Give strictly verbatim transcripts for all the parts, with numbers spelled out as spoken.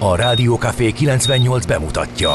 A Rádió Café kilencvennyolc bemutatja.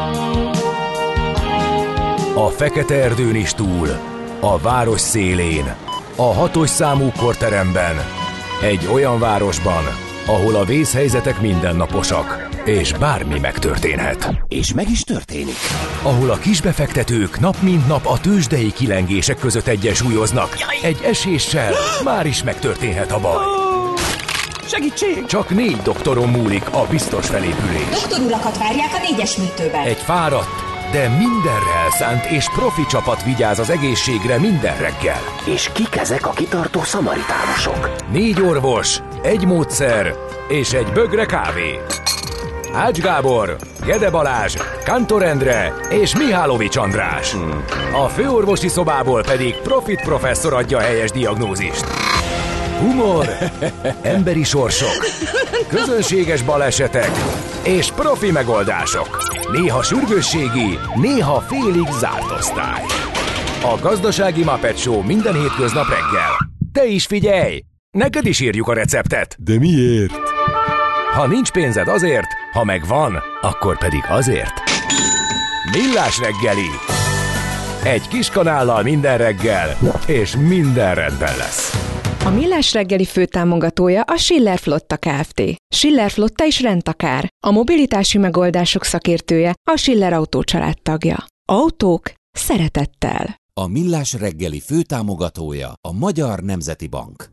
A fekete erdőn is túl, a város szélén, a hatos számú korteremben, egy olyan városban, ahol a vészhelyzetek mindennaposak, és bármi megtörténhet. És meg is történik. Ahol a kisbefektetők nap mint nap a tőzsdei kilengések között egyensúlyoznak. Egy eséssel már is megtörténhet a baj. Segítség! Csak négy doktoron múlik a biztos felépülés. Doktor urakat várják a négyes műtőben. Egy fáradt, de mindenre elszánt és profi csapat vigyáz az egészségre minden reggel. És kik ezek a kitartó szamaritánusok? Négy orvos, egy módszer és egy bögre kávé. Ács Gábor, Gede Balázs, Kántor Endre és Mihálovics András. Hmm. A főorvosi szobából pedig Profit professzor adja a helyes diagnózist. Humor, emberi sorsok, közönséges balesetek és profi megoldások. Néha sürgősségi, néha félig zárt osztály. A Gazdasági Muppet Show minden hétköznap reggel. Te is figyelj! Neked is írjuk a receptet. De miért? Ha nincs pénzed azért, ha megvan, akkor pedig azért. Millás reggeli. Egy kis kanállal minden reggel, és minden rendben lesz. A Millás reggeli főtámogatója a Schiller Flotta Kft. Schiller Flotta is rendtakár. A mobilitási megoldások szakértője, a Schiller Autó család tagja. Autók szeretettel. A Millás reggeli főtámogatója a Magyar Nemzeti Bank.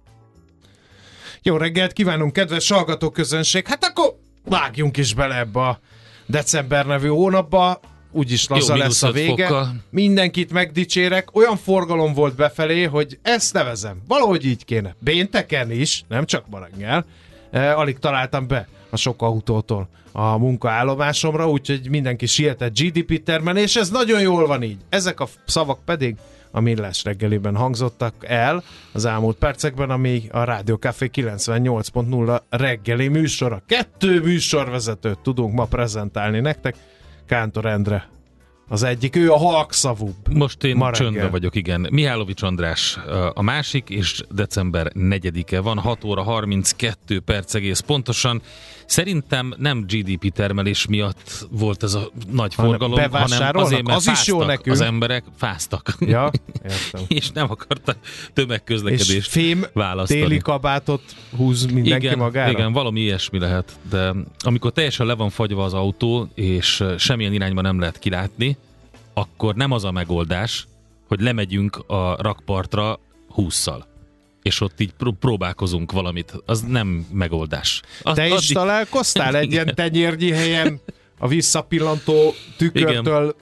Jó reggelt kívánunk, kedves hallgatóközönség! Hát akkor vágjunk is bele ebbe a december nevű hónapba. Úgyis laza lesz a vége. Fokkal. Mindenkit megdicsérek. Olyan forgalom volt befelé, hogy ezt nevezem. Valahogy így kéne. Pénteken is, nem csak ma reggel. E, alig találtam be a sok autótól a munkaállomásomra, úgyhogy mindenki sietett gé dé pé termelés. Ez nagyon jól van így. Ezek a szavak pedig a Millás reggeliben hangzottak el az elmúlt percekben, ami a Rádió Café kilencvennyolc pont nulla reggeli műsora. Kettő műsorvezetőt tudunk ma prezentálni nektek. Kántor Endre az egyik, ő a halkszavúbb. Most én csöndben vagyok, igen. Mihálovics András a másik, és december negyedike van, hat óra harminckettő perc egész pontosan. Szerintem nem gé dé pé termelés miatt volt ez a nagy forgalom, hanem azért, mert az is jó nekünk. Az emberek fáztak. Ja, értem. És nem akartak tömegközlekedést és fém választani. téli kabátot húz mindenki igen, magára? Igen, valami ilyesmi lehet, de amikor teljesen le van fagyva az autó, és semmilyen irányba nem lehet kilátni, akkor nem az a megoldás, hogy lemegyünk a rakpartra hússzal. És ott így pró- próbálkozunk valamit. Az nem megoldás. Az, Te is addig... találkoztál egy ilyen tenyérnyi helyen a visszapillantó tükörtől igen.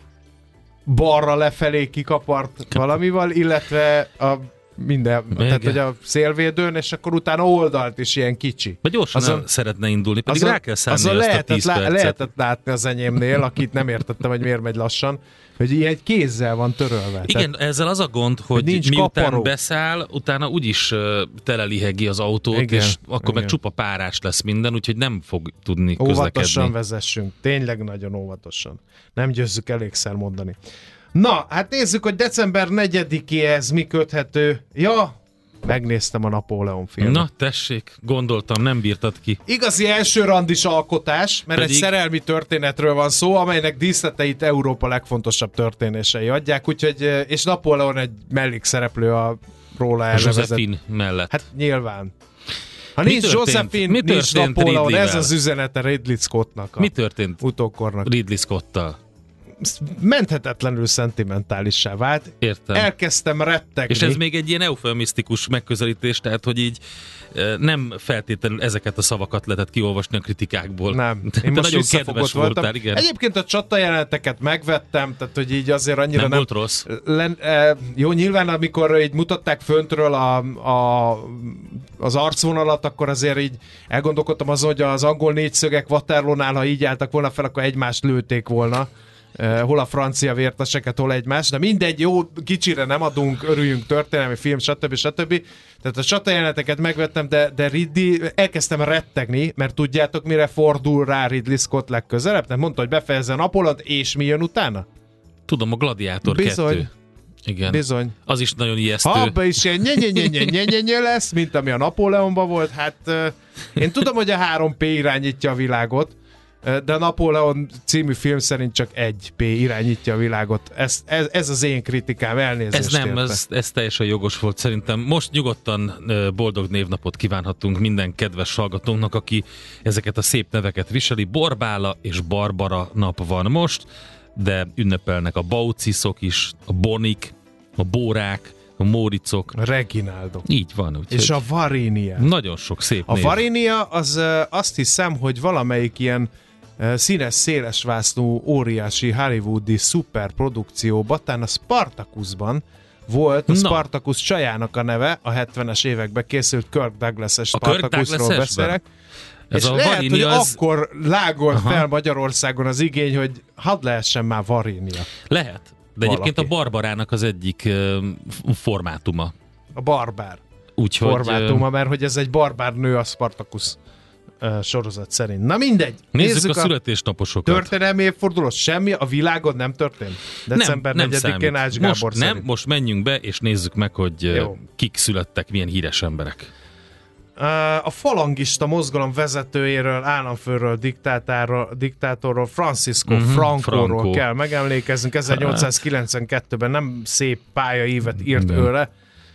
balra lefelé kikapart valamival, illetve a minden, igen. Tehát hogy a szélvédőn, és akkor utána oldalt is ilyen kicsi. Vagy gyorsan azon, szeretne indulni, pedig azon, rá kell szállni azt lehetett, a tíz lá- percet. Lehetett látni az enyémnél, akit nem értettem, hogy miért megy lassan, hogy ilyen egy kézzel van törölve. Igen, tehát, ezzel az a gond, hogy, hogy miután kaparó. beszáll, utána úgyis uh, telelihegi az autót, igen, és akkor igen. meg csupa párás lesz minden, úgyhogy nem fog tudni közlekedni. Óvatosan vezessünk, tényleg nagyon óvatosan. Nem győzzük elégszer mondani. Na, hát nézzük, hogy december negyedikéhez mi köthető. Ja, megnéztem a Napóleon filmet. Na, tessék, gondoltam, nem bírtad ki. Igazi első randis alkotás, mert Pedig... egy szerelmi történetről van szó, amelynek díszleteit Európa legfontosabb történései adják, úgyhogy, és Napóleon egy mellékszereplő a róla elnevezett. Josephine mellett. Hát nyilván. Ha mi nincs Josephine, nincs Napóleon, Ridley-vel? Ez az üzenete Ridley Scottnak. Mi történt utókornak? Ridley Scottal? Menthetetlenül szentimentálissá vált. Értem. Elkezdtem rettegni. És ez még egy ilyen eufemisztikus megközelítés, tehát hogy így nem feltétlenül ezeket a szavakat lehetett kiolvasni a kritikákból. Nem. Én most nagyon kedves voltam. Voltál, igen. Egyébként a csatajeleneteket megvettem, tehát hogy így azért annyira nem, nem volt rossz. Len, e, jó, nyilván amikor így mutatták föntről a, a, az arcvonalat, akkor azért így elgondolkodtam azon, hogy az angol négyszögek Waterloo-nál, ha így álltak volna fel, akkor egymást lőtték volna. Uh, hol a francia vérteseket, hol egymás, de mindegy, jó, kicsire nem adunk, örüljünk, történelmi film, stb. stb. Tehát a csatajeleneteket megvettem, de, de Ridley, elkezdtem rettegni, mert tudjátok, mire fordul rá Ridley Scott legközelebb? Tehát mondta, hogy befejezze a Napóleont, és mi jön utána? Tudom, a Gladiátor Bizony. kettő. Igen. Bizony. Az is nagyon ijesztő. Ha abban is ilyen nye-nye-nye-nye-nye lesz, mint ami a Napóleonban volt, hát uh, én tudom, hogy a három P irányítja a világot, uh, de a Napóleon című film szerint csak egy P irányítja a világot. Ez, ez, ez az én kritikám, elnézést Ez nem, érte. ez, ez teljesen jogos volt szerintem. Most nyugodtan uh, boldog névnapot kívánhatunk minden kedves hallgatónknak, aki ezeket a szép neveket viseli. Borbála és Barbara nap van most, de ünnepelnek a Baucisok is, a Bonik, a Bórák, a Móricok. A Reginaldok. Így van. Úgy, És a Varinia. Nagyon sok szép A név. Varinia az uh, azt hiszem, hogy valamelyik ilyen uh, színes, szélesvásznú, óriási hollywoodi szuperprodukcióban, talán a Spartacusban volt, a Na. Spartacus csajának a neve, a hetvenes években készült Kirk Douglas-es Spartacusról beszélek. Ez és a lehet, Varinia hogy az... akkor lágolt Aha. fel Magyarországon az igény, hogy hadd lehessen már Varinia. Lehet. De Valaki. egyébként a Barbarának az egyik uh, formátuma. A barbár Úgyhogy... formátuma, mert hogy ez egy barbár nő a Spartacus uh, sorozat szerint. Na mindegy. Nézzük, Nézzük a, a születésnaposokat. történelmi évforduló. Semmi a világon nem történt? December nem, nem negyedikén Ács számít. Gábor Most szerint. nem, most menjünk be, és nézzük meg, hogy uh, Jó. kik születtek, milyen híres emberek. A falangista mozgalom vezetőjéről, államfőről, diktátorról, Francisco Mhm, Francóról Franco. kell megemlékeznünk. ezernyolcszázkilencvenkettőben nem szép pályaívet írt De. őle.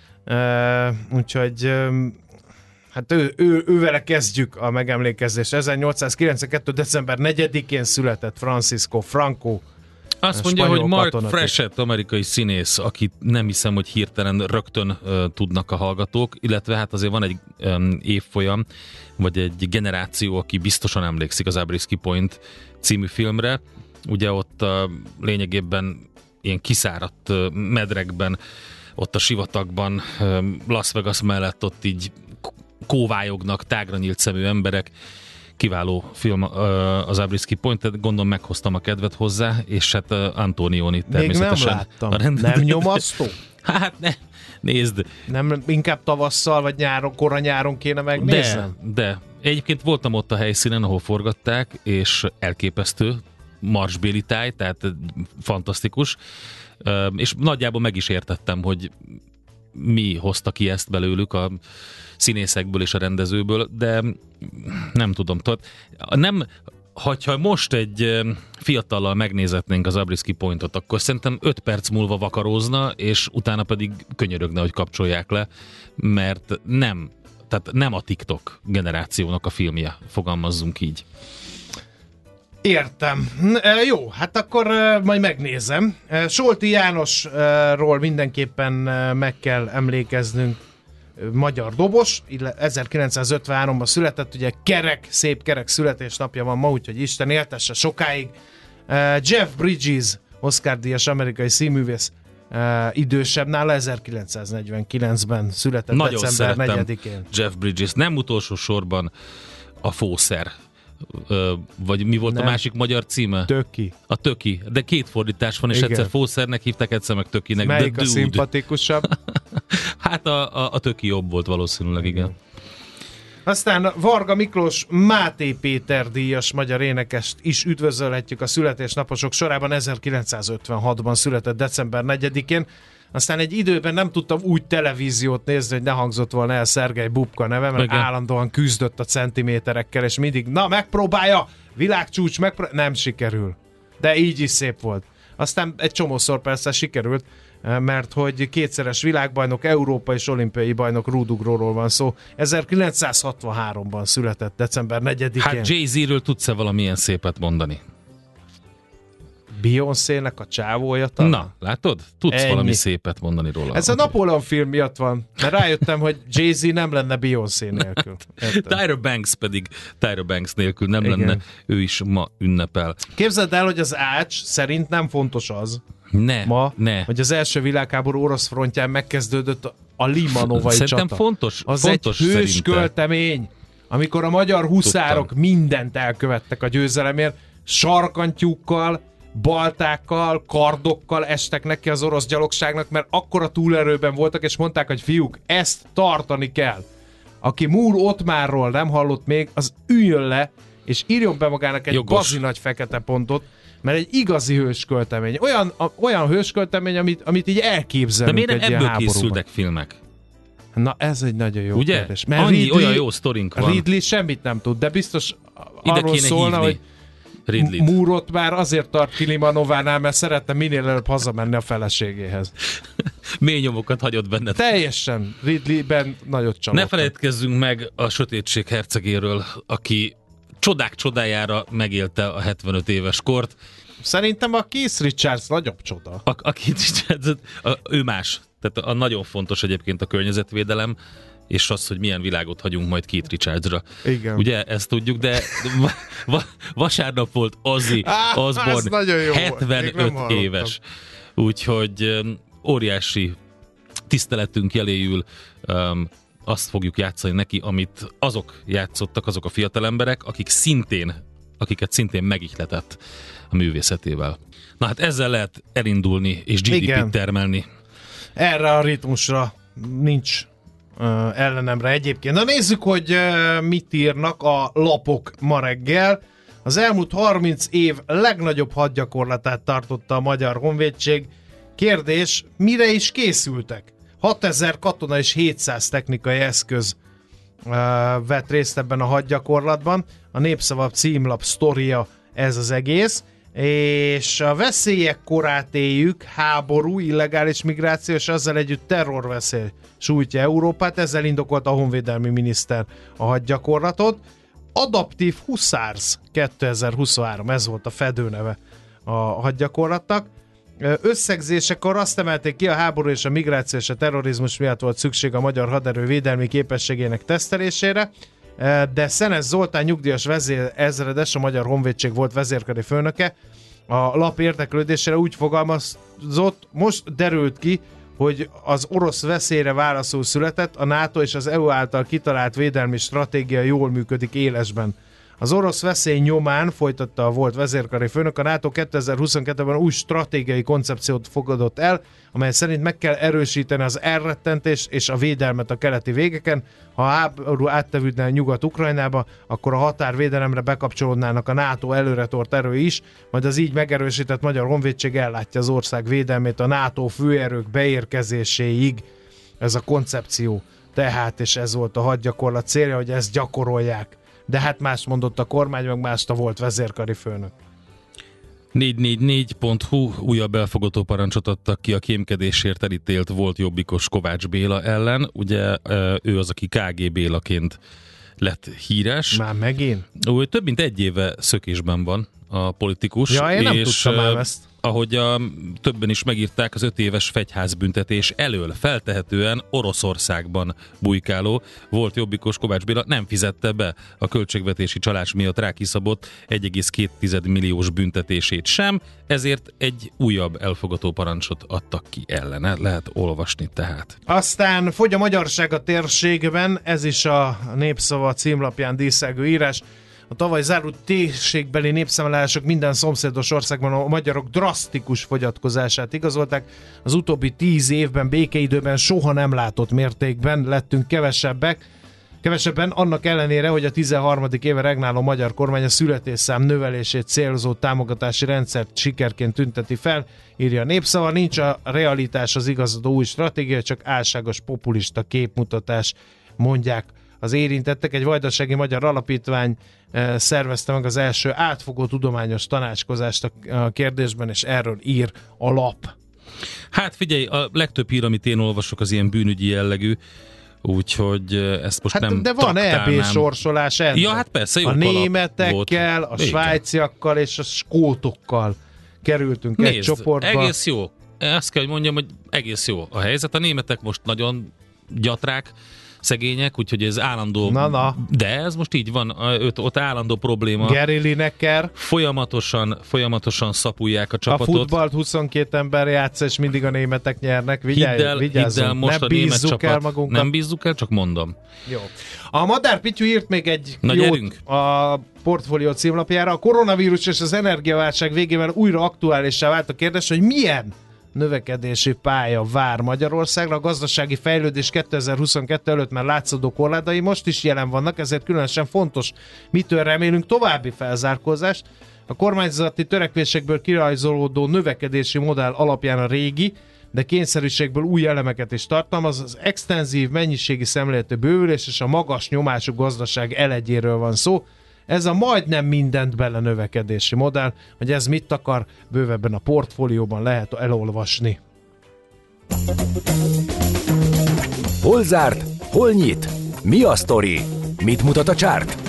Uh, úgyhogy um, hát ő, ő, ővele kezdjük a megemlékezést. ezernyolcszázkilencvenkettő. december negyedikén született Francisco Franco. Azt A mondja, spanyol hogy Mark katonatik. Frechett, amerikai színész, akit nem hiszem, hogy hirtelen rögtön uh, tudnak a hallgatók, illetve hát azért van egy um, évfolyam, vagy egy generáció, aki biztosan emlékszik az Zabriskie Point című filmre. Ugye ott uh, lényegében ilyen kiszáradt uh, medrekben, ott a sivatagban, uh, Las Vegas mellett ott így kóvályognak tágra nyílt szemű emberek. Kiváló film uh, az Zabriskie Point, tehát gondolom meghoztam a kedvet hozzá, és hát uh, Antonioni természetesen. Még nem láttam. A rend- Nem nyomasztó? Hát ne, nézd. Nem inkább tavasszal, vagy nyáron, kora nyáron kéne De, megnéznem? de. Egyébként voltam ott a helyszínen, ahol forgatták, és elképesztő marsbéli táj, tehát fantasztikus. Uh, és nagyjából meg is értettem, hogy mi hozta ki ezt belőlük a színészekből és a rendezőből, de nem tudom. Tehát nem, hogyha most egy fiatallal megnézetnénk az Zabriskie Pointot, akkor szerintem öt perc múlva vakarózna, és utána pedig könyörögne, hogy kapcsolják le, mert nem, tehát nem a TikTok generációnak a filmje, fogalmazzunk így. Értem. E, jó, hát akkor e, majd megnézem. E, Solti Jánosról mindenképpen e, meg kell emlékeznünk. E, magyar dobos, ezerkilencszázötvenháromban született, ugye kerek, szép kerek születésnapja van ma, úgyhogy Isten éltesse sokáig. E, Jeff Bridges, Oscar-díjas amerikai színművész, e, idősebb nála, ezerkilencszáznegyvenkilencben született. Nagyon december szerettem negyedikén. Jeff Bridges, nem utolsó sorban a Fószer. Ö, vagy mi volt Nem. a másik magyar címe? Töki. A Töki, de két fordítás van, és Igen. egyszer Fószernek hívták, egyszer meg Tökinek. Melyik The a Dude. szimpatikusabb? Hát a, a, a Töki jobb volt valószínűleg, igen. Aztán Varga Miklós Máté Péter díjas magyar énekest is üdvözölhetjük a születésnaposok sorában. ezerkilencszázötvenhatban született december negyedikén. Aztán egy időben nem tudtam úgy televíziót nézni, hogy ne hangzott volna el Szergej Bubka neve, mert Igen. állandóan küzdött a centiméterekkel, és mindig, na megpróbálja, világcsúcs, megpró- nem sikerül. De így is szép volt. Aztán egy csomószor persze sikerült, mert hogy kétszeres világbajnok, európai és olimpiai bajnok rúdugróról van szó. ezerkilencszázhatvanháromban született december negyedikén. Hát Jay-Z-ről tudsz-e valamilyen szépet mondani? Beyoncé-nek a csávója talán? Na, látod? Tudsz Ennyi. valami szépet mondani róla. Ez a Oké. Napóleon film miatt van, mert rájöttem, hogy Jay-Z nem lenne Beyoncé nélkül. Érted? Tyra Banks pedig Tyra Banks nélkül nem Igen. lenne, ő is ma ünnepel. Képzeld el, hogy az Ács szerint nem fontos az Ne, ma, ne. hogy az első világháború orosz frontján megkezdődött a Limanovai Szerintem csata. fontos, Az fontos egy hős szerinte. költemény, amikor a magyar huszárok Tudtam. mindent elkövettek a győzelemért, sarkantyúkkal, baltákkal, kardokkal estek neki az orosz gyalogságnak, mert akkora túlerőben voltak, és mondták, hogy fiúk, ezt tartani kell. Aki Múr Ottmárról nem hallott még, az üljön le, és írjon be magának egy Jogos. bazi nagy fekete pontot, mert egy igazi hősköltemény. Olyan, a, olyan hősköltemény, amit, amit így elképzelünk. De miért nem ebből háborúban. Készültek filmek? Na ez egy nagyon jó Ugye? kérdés. Mert Annyi Ridley, olyan jó sztorink van. Ridley semmit nem tud, de biztos Ide arról kéne szólna, hívni hogy Ridley-t. Moore-ot már azért tart Kilimanovánál, mert szeretne minél előbb hazamenni a feleségéhez. Mély nyomokat hagyott benned. Teljesen Ridleyben nagyot csalódtam. Ne feledkezzünk meg a sötétség hercegéről, aki csodák csodájára megélte a hetvenöt éves kort. Szerintem a Keith Richards nagyobb csoda. A, a Keith Richards, a, ő más. Tehát a, a nagyon fontos egyébként a környezetvédelem, és az, hogy milyen világot hagyunk majd Keith Richardsra. Igen. Ugye, ezt tudjuk, de va, va, vasárnap volt Ozzy Osbourne, hetvenöt éves. Úgyhogy um, óriási tiszteletünk jeléül um, azt fogjuk játszani neki, amit azok játszottak, azok a fiatal emberek, akik szintén, akiket szintén megihletett a művészetével. Na hát ezzel lehet elindulni és gé dé pét Igen. termelni. Erre a ritmusra nincs uh, ellenemre egyébként. Na nézzük, hogy uh, mit írnak a lapok ma reggel. Az elmúlt harminc év legnagyobb hadgyakorlatát tartotta a Magyar Honvédség. Kérdés, mire is készültek? hatezer katona és hétszáz technikai eszköz uh, vett részt ebben a hadgyakorlatban. A Népszava címlap sztoria ez az egész. És a veszélyek korát éljük, háború, illegális migráció és ezzel együtt terrorveszély sújtja Európát, ezzel indokolt a honvédelmi miniszter a hadgyakorlatot. Adaptív Hussars kétezer-huszonhárom, ez volt a fedőneve a hadgyakorlatnak. Összegzésekor azt emelték ki, a háború és a migráció és a terrorizmus miatt volt szükség a magyar haderő védelmi képességének tesztelésére, de Szenes Zoltán nyugdíjas vezérezredes, a Magyar Honvédség volt vezérkari főnöke, a lap érdeklődésére úgy fogalmazott, most derült ki, hogy az orosz veszélyre válaszul született, a NATO és az é u által kitalált védelmi stratégia jól működik élesben. Az orosz veszély nyomán, folytatta a volt vezérkari főnök, a NATO kétezer-huszonkettőben új stratégiai koncepciót fogadott el, amely szerint meg kell erősíteni az elrettentést és a védelmet a keleti végeken. Ha a háború áttevődne a Nyugat-Ukrajnába, akkor a határvédelemre bekapcsolódnának a NATO előretort erői is, majd az így megerősített Magyar Honvédség ellátja az ország védelmét a NATO főerők beérkezéséig. Ez a koncepció tehát, és ez volt a hadgyakorlat célja, hogy ezt gyakorolják. De hát más mondott a kormány, meg mást a volt vezérkari főnök. négy négy négy pont hu újabb elfogató parancsot adtak ki a kémkedésért elítélt volt jobbikos Kovács Béla ellen. Ugye ő az, aki ká gé Bélaként lett híres. Már megint? Ő több mint egy éve szökésben van a politikus. Ja, én nem és tudtam már ezt. Ahogy a, többen is megírták, az öt éves fegyházbüntetés elől feltehetően Oroszországban bujkáló volt jobbikos Kovács Béla nem fizette be a költségvetési csalás miatt rákiszabott egy egész két milliós büntetését sem, ezért egy újabb elfogató parancsot adtak ki ellene. Lehet olvasni tehát. Aztán fogy a magyarság a térségben, ez is a Népszava címlapján díszelgő írás. A tavaly zárult térségbeli népszámlálások minden szomszédos országban a magyarok drasztikus fogyatkozását igazolták. Az utóbbi tíz évben, békeidőben soha nem látott mértékben lettünk kevesebbek. Kevesebben annak ellenére, hogy a tizenharmadik éve regnáló magyar kormány a születésszám növelését célzó támogatási rendszert sikerként tünteti fel, írja a Népszava. Nincs a realitás az igazadó új stratégia, csak álságos populista képmutatás, mondják az érintettek. Egy vajdasági magyar alapítvány szervezte meg az első átfogó tudományos tanácskozást a kérdésben, és erről ír a lap. Hát figyelj, a legtöbb hír, amit én olvasok, az ilyen bűnügyi jellegű, úgyhogy ezt most hát, nem de van é bé sorsolás ennek. Ja, hát persze, jó a németekkel, volt. A svájciakkal és a skótokkal kerültünk Nézd, egy csoportba. Egész jó. Ezt kell, hogy mondjam, hogy egész jó a helyzet. A németek most nagyon gyatrák, szegények, úgyhogy ez állandó, na, na. de ez most így van, ott, ott állandó probléma. Gary Lineker. Folyamatosan, folyamatosan szapulják a csapatot. A futballt huszonkét ember játsz, és mindig a németek nyernek. Vigyázz, hidd el, vigyázzunk, hidd el, most nem a német bízzuk csapat, el magunkat. Nem bízzuk el, csak mondom. Jó. A Madár Pityu írt még egy Na, jót gyerünk. a Portfólió címlapjára. A koronavírus és az energiaválság végével újra aktuálissá vált a kérdés, hogy milyen növekedési pálya vár Magyarországra. A gazdasági fejlődés kétezer-huszonkettő előtt már látszódó korlátai most is jelen vannak, ezért különösen fontos, mitől remélünk további felzárkózást. A kormányzati törekvésekből kirajzolódó növekedési modell alapján a régi, de kényszerűségből új elemeket is tartalmaz, az extenzív mennyiségi szemléletű bővülés és a magas nyomású gazdaság elegyéről van szó. Ez a majdnem mindent bele növekedési modell, hogy ez mit akar, bővebben a portfólióban lehet elolvasni. Hol zárt? Hol nyit? Mi a sztori? Mit mutat a csárt?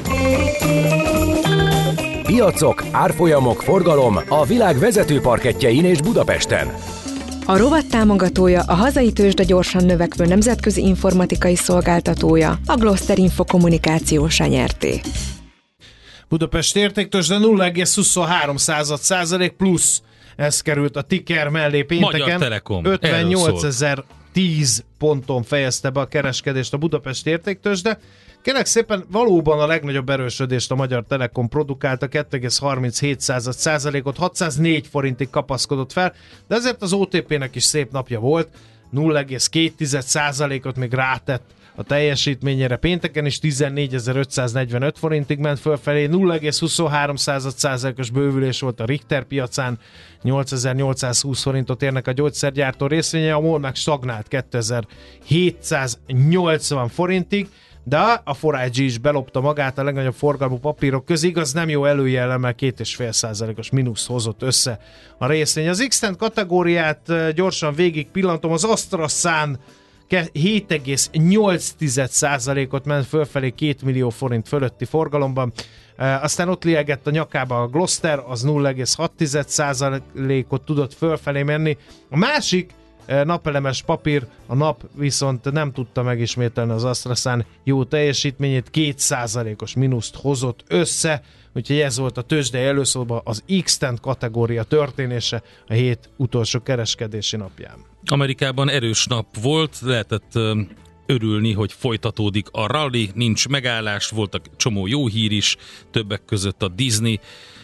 Piacok, árfolyamok, forgalom a világ vezető parkettjein és Budapesten. A rovat támogatója a hazai tőzsde gyorsan növekvő nemzetközi informatikai szolgáltatója, a Gloster Info Kommunikációs nyerté. Budapest értéktőzsde nulla egész huszonhárom százalék plusz, ez került a ticker mellé pénteken. Magyar Telekom. ötvennyolcezer-tíz ponton fejezte be a kereskedést a Budapest értéktőzsde. Kérlek szépen, valóban a legnagyobb erősödést a Magyar Telekom produkálta, kettő egész harminchét százalékot, hatszáznégy forintig kapaszkodott fel, de ezért az o té pé-nek is szép napja volt, nulla egész két százalékot még rátett a teljesítményére. Pénteken is tizennégyezer-ötszáznegyvenöt forintig ment fölfelé, nulla egész huszonhárom százalékos bővülés volt a Richter piacán, nyolcezer-nyolcszázhúsz forintot érnek a gyógyszergyártó részvénye, a MOL meg stagnált kétezer-hétszáznyolcvan forintig, de a four I G is belopta magát a legnagyobb forgalmú papírok közé, igaz nem jó előjellemmel két egész öt százalékos mínusz hozott össze a részvény. Az X-Tent kategóriát gyorsan végig pillantom, az AstraZán hét egész nyolc százalékot ment fölfelé két millió forint fölötti forgalomban. Aztán ott liegett a nyakába a Gloster, az nulla egész hat százalékot tudott fölfelé menni. A másik napelemes papír, a nap viszont nem tudta megismételni az AstraZán jó teljesítményét, két százalékos mínuszt hozott össze, úgyhogy ez volt a tőzsdei előszóban az X-Tent kategória történése a hét utolsó kereskedési napján. Amerikában erős nap volt, lehetett örülni, hogy folytatódik a rally, nincs megállás, voltak csomó jó hír is, többek között a Disney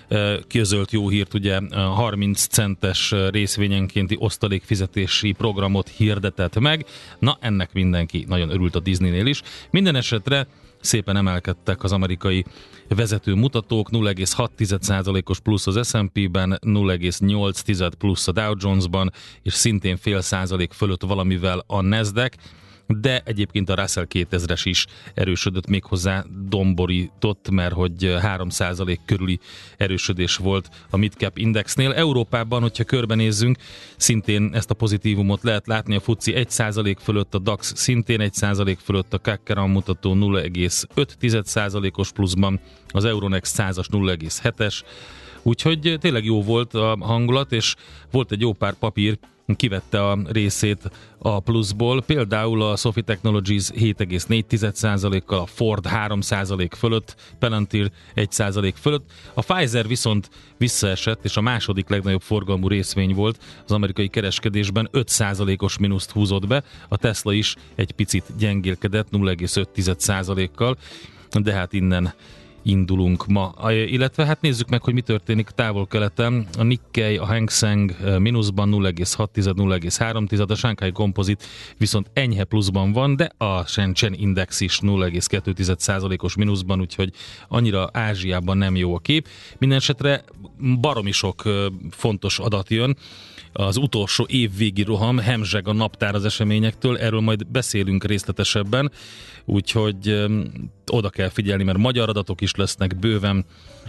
közölt jó hírt, ugye harminc centes részvényenkénti osztalékfizetési programot hirdetett meg. Na, ennek mindenki nagyon örült a Disneynél is. Minden esetre szépen emelkedtek az amerikai vezető mutatók, nulla egész hat százalékos plusz az es and pé-ben, nulla egész nyolc plusz a Dow Jones-ban, és szintén fél százalék fölött valamivel a Nasdaq, de egyébként a Russell kétezres is erősödött, méghozzá domborított, mert hogy három százalék körüli erősödés volt a Midcap Indexnél. Európában, hogyha körbenézzünk, szintén ezt a pozitívumot lehet látni, a FTSE egy százalék fölött, a DAX szintén egy százalék fölött, a Kakkaran mutató nulla egész öt százalékos pluszban, az Euronext százas nulla egész hetes, úgyhogy tényleg jó volt a hangulat, és volt egy jó pár papír, kivette a részét a pluszból, például a Sophie Technologies hét egész négy százalékkal, a Ford három százalék fölött, Palantir egy százalék fölött, a Pfizer viszont visszaesett, és a második legnagyobb forgalmú részvény volt az amerikai kereskedésben, öt százalékos mínuszt húzott be, a Tesla is egy picit gyengélkedett, nulla egész öt százalékkal, de hát innen indulunk ma. Illetve hát nézzük meg, hogy mi történik távol-keleten. A Nikkei, a Hang Seng mínuszban nulla egész hat nulla egész három, a Shanghai Composite viszont enyhe pluszban van, de a Shenzhen Index is nulla egész kettő százalékos mínuszban, úgyhogy annyira Ázsiában nem jó a kép. Minden esetre baromi sok fontos adat jön. Az utolsó évvégi roham, hemzseg a naptár az eseményektől, erről majd beszélünk részletesebben, úgyhogy öm, oda kell figyelni, mert magyar adatok is lesznek bőven,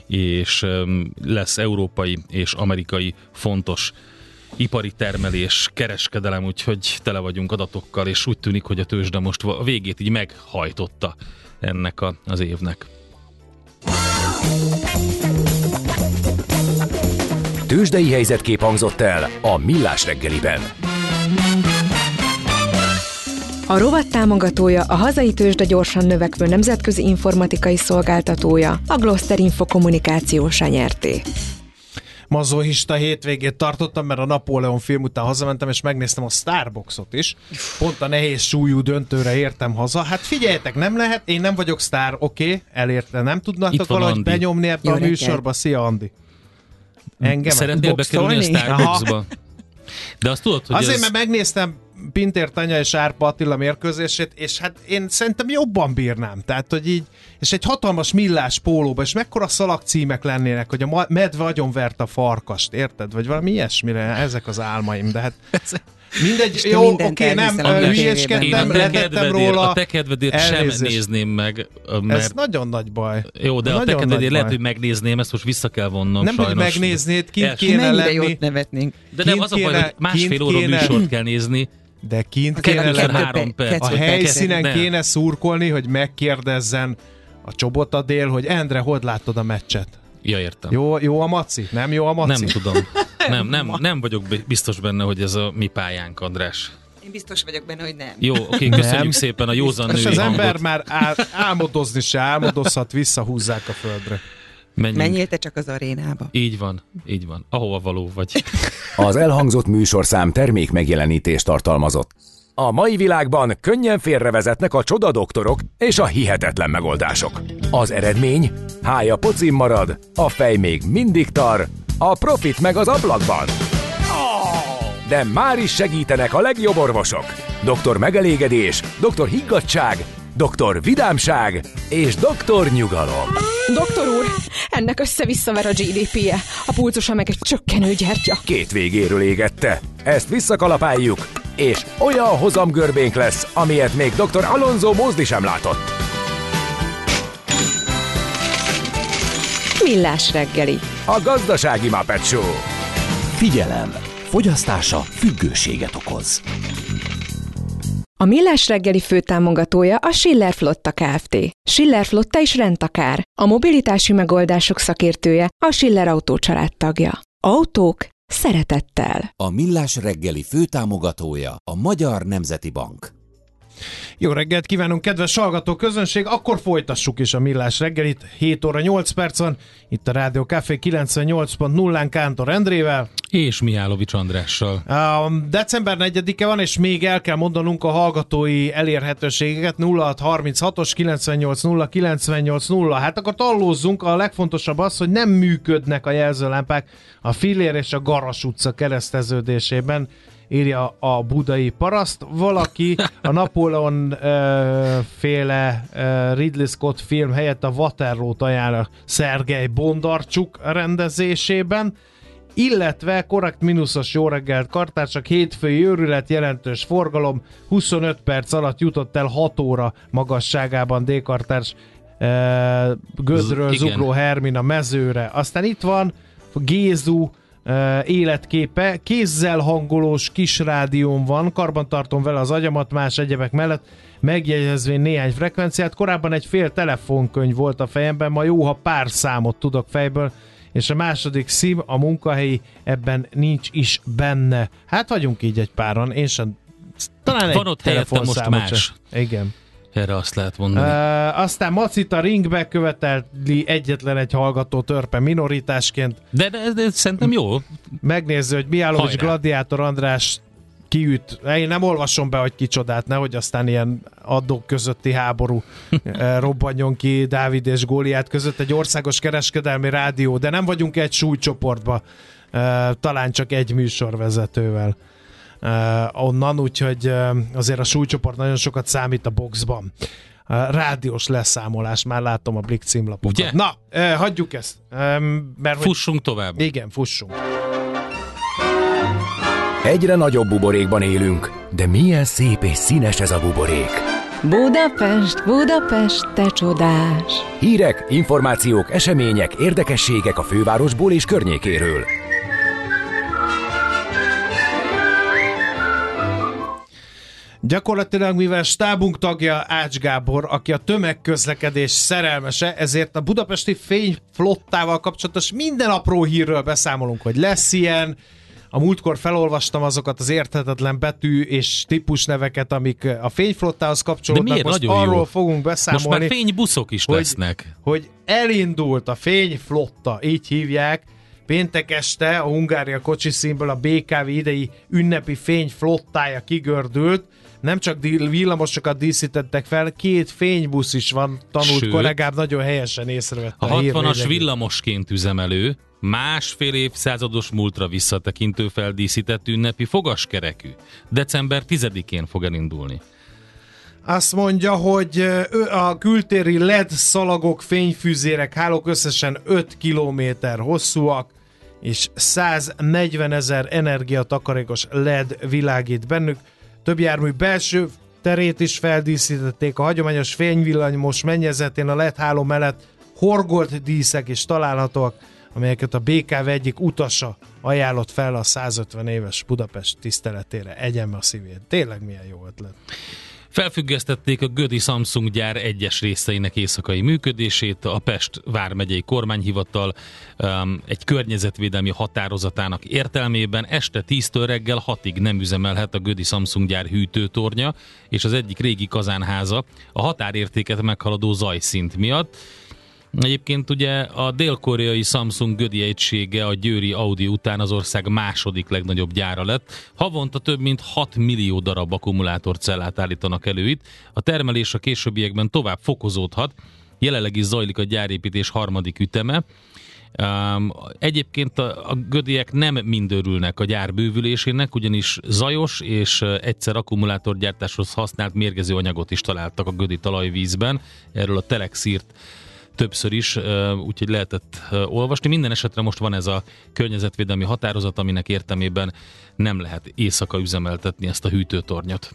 és öm, lesz európai és amerikai fontos ipari termelés, kereskedelem, úgyhogy tele vagyunk adatokkal, és úgy tűnik, hogy a tőzsde most a végét így meghajtotta ennek a, az évnek. Tőzsdei helyzetkép hangzott el a Millás reggeliben. A rovat támogatója a hazai tőzsde gyorsan növekvő nemzetközi informatikai szolgáltatója, a Gloster Info Kommunikációs nyerté. Mazohista hétvégét tartottam, mert a Napóleon film után hazamentem, és megnéztem a Starboxot is. Pont a nehéz súlyú döntőre értem haza. Hát figyeljetek, nem lehet, én nem vagyok sztár, oké, okay, elérte, nem tudnátok valahogy Andi benyomni ebbe a műsorba. Szia, Andi! Engem szeretnél bekerülni a Starbucksba? De azt tudod, hogy azért, ez... mert megnéztem Pintér Tanya és Árpa Attila mérkőzését, és hát én szerintem jobban bírnám. Tehát, hogy így, és egy hatalmas millás pólóba, és mekkora szalagcímek lennének, hogy a medve agyonvert a farkast, érted? Vagy valami ilyesmire, ezek az álmaim, de hát... Mindegy, jó, oké, okay, nem, hülyéskedtem, letettem róla. A te kedvedért sem nézném meg. Mert... Ez nagyon nagy baj. Jó, de nagyon a te kedvedért lehet, hogy megnézném, ezt most vissza kell vonnom. Nem, sajnos. hogy megnéznéd, kint El... kéne lenni. Jót nevetnénk. De nem, az a baj, hogy másfél óra kéne... műsort kell nézni. De kint kéne lenni. Három perc. A helyszínen ne. kéne szurkolni, hogy megkérdezzen a Csobotadél, hogy Endre, hogy látod a meccset? Ja, értem. Jó, jó a maci? Nem jó a maci? Nem tudom. Nem, nem, nem vagyok biztos benne, hogy ez a mi pályánk, András. Én biztos vagyok benne, hogy nem. Jó, oké, köszönjük nem. szépen a józan női hangot. És az hangot. ember már ál, álmodozni se álmodozhat, visszahúzzák a földre. Menjünk. Menjél te csak az arénába. Így van, így van. Ahova való vagy. Az elhangzott műsorszám termék megjelenítést tartalmazott. A mai világban könnyen félrevezetnek a csodadoktorok és a hihetetlen megoldások. Az eredmény? Hája pocim marad, a fej még mindig tar, a profit meg az ablakban. De már is segítenek a legjobb orvosok. doktor Megelégedés, doktor Higgadtság, doktor Vidámság és doktor Nyugalom. Doktor úr, ennek össze-visszaver a gé dé pé-je, a pulzusa meg egy csökkenő gyertya. Két végéről égette. Ezt visszakalapáljuk, és olyan hozamgörbénk lesz, amilyet még doktor Alonso Mosley sem látott. Millás reggeli. A gazdasági Muppet Show. Figyelem! Fogyasztása függőséget okoz. A Millás reggeli főtámogatója a Schiller Flotta Kft. Schiller Flotta is rendtakár. A mobilitási megoldások szakértője, a Schiller Autó családtagja. Autók szeretettel. A Millás reggeli főtámogatója a Magyar Nemzeti Bank. Jó reggelt kívánunk, kedves hallgató közönség, akkor folytassuk is a Millás reggelit. hét óra nyolc perc van, itt a Rádió Café kilencvennyolc pont nullán Kántor Endrével. És Mihálovics Andrással. A december negyedike van, és még el kell mondanunk a hallgatói elérhetőségeket. Nulla hat harminchatos kilencvennyolc nulla kilencvennyolc nulla. Hát akkor tallózzunk, a legfontosabb az, hogy nem működnek a jelzőlámpák a Fillér és a Garas utca kereszteződésében, írja a budai paraszt. Valaki a Napóleon uh, féle uh, Ridley Scott film helyett a Waterloo-t ajánl a Szergej Bondarcsuk rendezésében, illetve korrekt mínuszos jó reggelt kartársak, hétfői őrület, jelentős forgalom, huszonöt perc alatt jutott el hat óra magasságában D-kartárs uh, Gödről, Z- Zugló, Hermina mezőre. Aztán itt van Gézu Uh, életképe, kézzel hangolós kis rádióm van, karbantartom vele az agyamat más egyebek mellett, megjegyezvén néhány frekvenciát. Korábban egy fél telefonkönyv volt a fejemben, ma jó, ha pár számot tudok fejből, és a második szím, a munkahelyi, ebben nincs is benne. Hát vagyunk így egy páran, én sem. Talán van ott helyette most más. Sem. Igen. Erre azt lehet mondani. Uh, aztán Macita ringbe követeli egyetlen egy hallgató törpe minoritásként. De, de, de szerintem jó. Megnézzük, hogy Mihálovics Gladiátor András kiüt. Én nem olvasom be, hogy kicsodát, nehogy aztán ilyen adók közötti háború robbanjon ki Dávid és Góliát között. Egy országos kereskedelmi rádió, de nem vagyunk egy súlycsoportba, uh, talán csak egy műsorvezetővel. Uh, onnan, úgyhogy uh, azért a súlycsoport nagyon sokat számít a boxban. Uh, rádiós leszámolás, már látom a Blick címlapokat. Ugye? Na, uh, hagyjuk ezt. Um, mert fussunk hogy... tovább. Igen, fussunk. Egyre nagyobb buborékban élünk, de milyen szép és színes ez a buborék. Budapest, Budapest, te csodás! Hírek, információk, események, érdekességek a fővárosból és környékéről. Gyakorlatilag, mivel stábunk tagja Ács Gábor, aki a tömegközlekedés szerelmese, ezért a budapesti fényflottával kapcsolatos minden apró hírről beszámolunk, hogy lesz ilyen. A múltkor felolvastam azokat az érthetetlen betű és típusneveket, amik a fényflottához kapcsolódnak. Most arról jó. fogunk beszámolni. Most már fénybuszok is hogy, lesznek. Hogy elindult a fényflotta, így hívják. Péntek este a Hungária kocsiszínből a bé ká vé idei ünnepi fényflottája kigördült. nem csak villamosokat díszítettek fel, két fénybusz is van, tanult Sőt, kollégám nagyon helyesen észrevette. A hatvanas villamosként üzemelő, másfél évszázados múltra visszatekintő feldíszített ünnepi fogaskerekű. december tizedikén fog elindulni. Azt mondja, hogy a kültéri el é dé szalagok, fényfűzérek, hálók összesen öt kilométer hosszúak, és száznegyvenezer energiatakarékos el é dé világít bennük. Több jármű belső terét is feldíszítették, a hagyományos fényvillamos mennyezetén a el é dé háló mellett horgolt díszek is találhatóak, amelyeket a bé ká vé egyik utasa ajánlott fel a százötven éves Budapest tiszteletére. Egyem a szívét. Tényleg milyen jó ötlet. Felfüggesztették a gödi Samsung gyár egyes részeinek éjszakai működését. A Pest vármegyei kormányhivatal um, egy környezetvédelmi határozatának értelmében este tíztől reggel hatig nem üzemelhet a gödi Samsung gyár hűtőtornya és az egyik régi kazánháza a határértéket meghaladó zajszint miatt. Egyébként ugye a dél-koreai Samsung gödi egysége a győri Audi után az ország második legnagyobb gyára lett. Havonta több mint hat millió darab akkumulátorcellát állítanak elő itt. A termelés a későbbiekben tovább fokozódhat. Jelenleg is zajlik a gyárépítés harmadik üteme. Um, egyébként a, a gödiek nem mind örülnek a gyár bővülésének, ugyanis zajos és egyszer akkumulátorgyártáshoz használt mérgező anyagot is találtak a gödi talajvízben. Erről a Telex írt többször is, úgyhogy lehetett olvasni. Minden esetre most van ez a környezetvédelmi határozat, aminek értelmében nem lehet éjszaka üzemeltetni ezt a hűtőtornyot.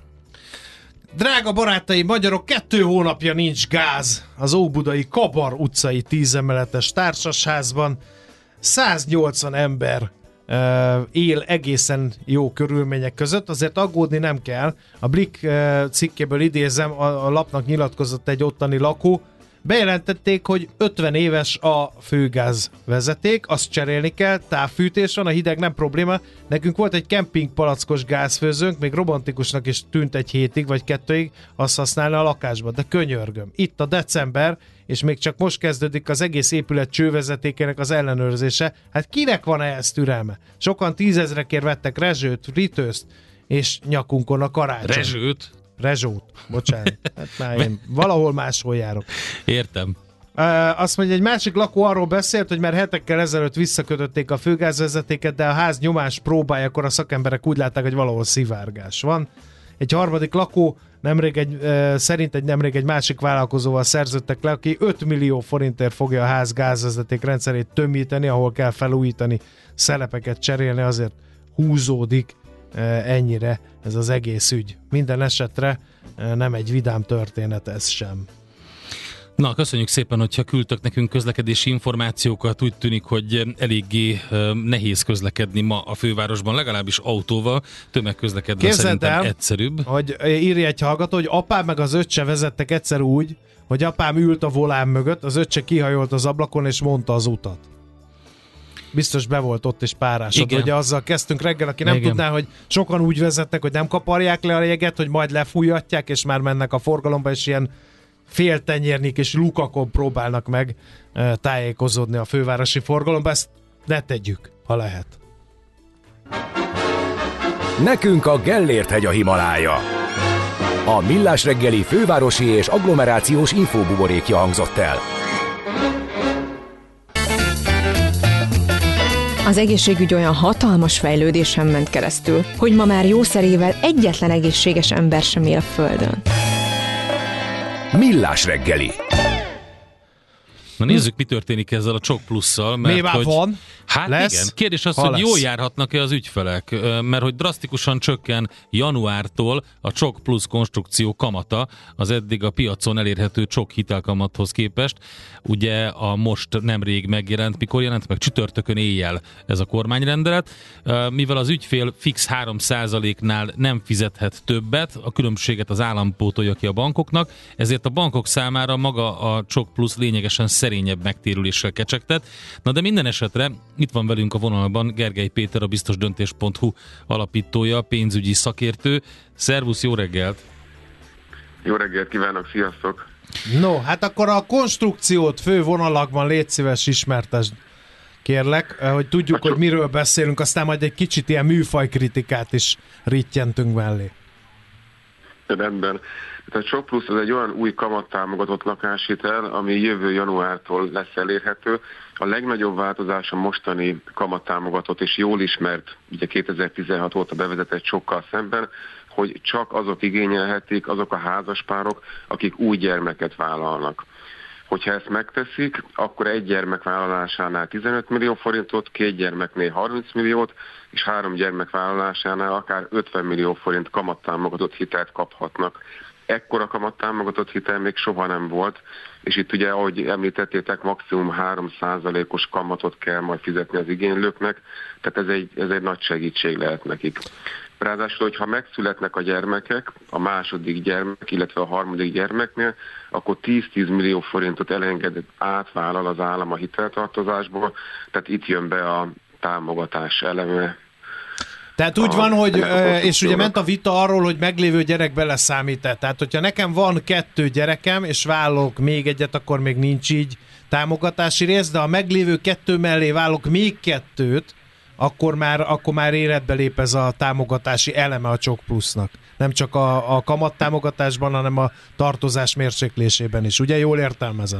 Drága barátai, magyarok, kettő hónapja nincs gáz az óbudai Kabar utcai tízemeletes társasházban. száznyolcvan ember uh, él egészen jó körülmények között, azért aggódni nem kell. A Blick uh, cikkéből idézem, a, a lapnak nyilatkozott egy ottani lakó, bejelentették, hogy ötven éves a főgázvezeték, azt cserélni kell, távfűtés van, a hideg nem probléma. Nekünk volt egy kempingpalackos gázfőzőnk, még romantikusnak is tűnt egy hétig vagy kettőig, azt használni a lakásban, de könyörgöm. Itt a december, és még csak most kezdődik az egész épület csővezetékének az ellenőrzése. Hát kinek van ehhez türelme? Sokan tízezrekért vettek rezsőt, ritőzt, és nyakunkon a karácsony. Rezsőt? Rezsót, bocsánat. Hát már én valahol máshol járok. Értem. Uh, azt mondja, egy másik lakó arról beszélt, hogy már hetekkel ezelőtt visszakötötték a főgázvezetéket, de a ház nyomás próbáljakor a szakemberek úgy látták, hogy valahol szivárgás van. Egy harmadik lakó nemrég egy, uh, szerint egy nemrég egy másik vállalkozóval szerződtek le, aki öt millió forintért fogja a ház gázvezeték rendszerét tömíteni, ahol kell felújítani, szelepeket cserélni, azért húzódik ennyire ez az egész ügy. Minden esetre nem egy vidám történet ez sem. Na, köszönjük szépen, hogyha küldtök nekünk közlekedési információkat. Úgy tűnik, hogy eléggé nehéz közlekedni ma a fővárosban, legalábbis autóval. Tömegközlekedve Képzeld szerintem el, egyszerűbb. Hogy írja egy hallgató, hogy apám meg az öccse vezettek egyszer úgy, hogy apám ült a volán mögött, az öccse kihajolt az ablakon és mondta az utat. Biztos be volt ott és párásod. Ugye azzal kezdtünk reggel, aki nem Igen. tudná, hogy sokan úgy vezetnek, hogy nem kaparják le a jeget, hogy majd lefújatják, és már mennek a forgalomba, és ilyen féltenyérnyik és lukakon próbálnak meg e, tájékozódni a fővárosi forgalomba. Ezt ne tegyük, ha lehet. Nekünk a Gellért-hegy a Himalája. A Millás reggeli fővárosi és agglomerációs infóbuborékja hangzott el. Az egészségügy olyan hatalmas fejlődésen ment keresztül, hogy ma már jószerével egyetlen egészséges ember sem él a Földön. Millás reggeli. Na nézzük, mi történik ezzel a Csok Plusszal. Mert mi már hogy, van? Hát lesz? Igen. Kérdés az, ha hogy lesz. jól járhatnak-e az ügyfelek, mert hogy drasztikusan csökken januártól a Csok Plusz konstrukció kamata az eddig a piacon elérhető Csok hitelkamathoz képest. Ugye a most nemrég megjelent, mikor jelent meg csütörtökön éjjel ez a kormányrendelet, mivel az ügyfél fix három százaléknál nem fizethet többet, a különbséget az állam pótolja ki a bankoknak, ezért a bankok számára maga a Csok Plusz lényegesen szerényebb megtérüléssel kecsegtet. Na de minden esetre itt van velünk a vonalban Gergely Péter, a biztosdöntés pont hu alapítója, pénzügyi szakértő. Szervusz, jó reggelt! Jó reggelt kívánok, sziasztok! No, hát akkor a konstrukciót fő vonalakban légy szíves ismertesd, kérlek, hogy tudjuk, hogy miről beszélünk, aztán majd egy kicsit ilyen műfajkritikát is rittyentünk mellé. Rendben. A Csok Plusz az egy olyan új kamattámogatott lakáshitel, ami jövő januártól lesz elérhető. A legnagyobb változás a mostani kamattámogatott és jól ismert, ugye kétezer-tizenhat óta bevezetett Csokkal szemben, hogy csak azok igényelhetik, azok a házaspárok, akik új gyermeket vállalnak. Hogyha ezt megteszik, akkor egy gyermek vállalásánál tizenöt millió forintot, két gyermeknél harminc milliót, és három gyermek vállalásánál akár ötven millió forint kamattámogatott hitelt kaphatnak. Ekkora kamattámogatott hitel még soha nem volt, és itt ugye, ahogy említettétek, maximum három százalékos kamatot kell majd fizetni az igénylőknek, tehát ez egy, ez egy nagy segítség lehet nekik. Ráadásul, hogyha megszületnek a gyermekek, a második gyermek, illetve a harmadik gyermeknél, akkor tíz-tíz millió forintot elenged, átvállal az állam a hiteltartozásból, tehát itt jön be a támogatás eleme. Tehát úgy a, van, hogy, és ugye ment a vita arról, hogy meglévő gyerek beleszámít-e. Tehát, hogyha nekem van kettő gyerekem, és vállalok még egyet, akkor még nincs így támogatási rész, de a meglévő kettő mellé vállalok még kettőt, akkor már, akkor már életbe lép ez a támogatási eleme a Csok Plusznak. Nem csak a, a kamattámogatásban, hanem a tartozás mérséklésében is. Ugye jól értelmezem?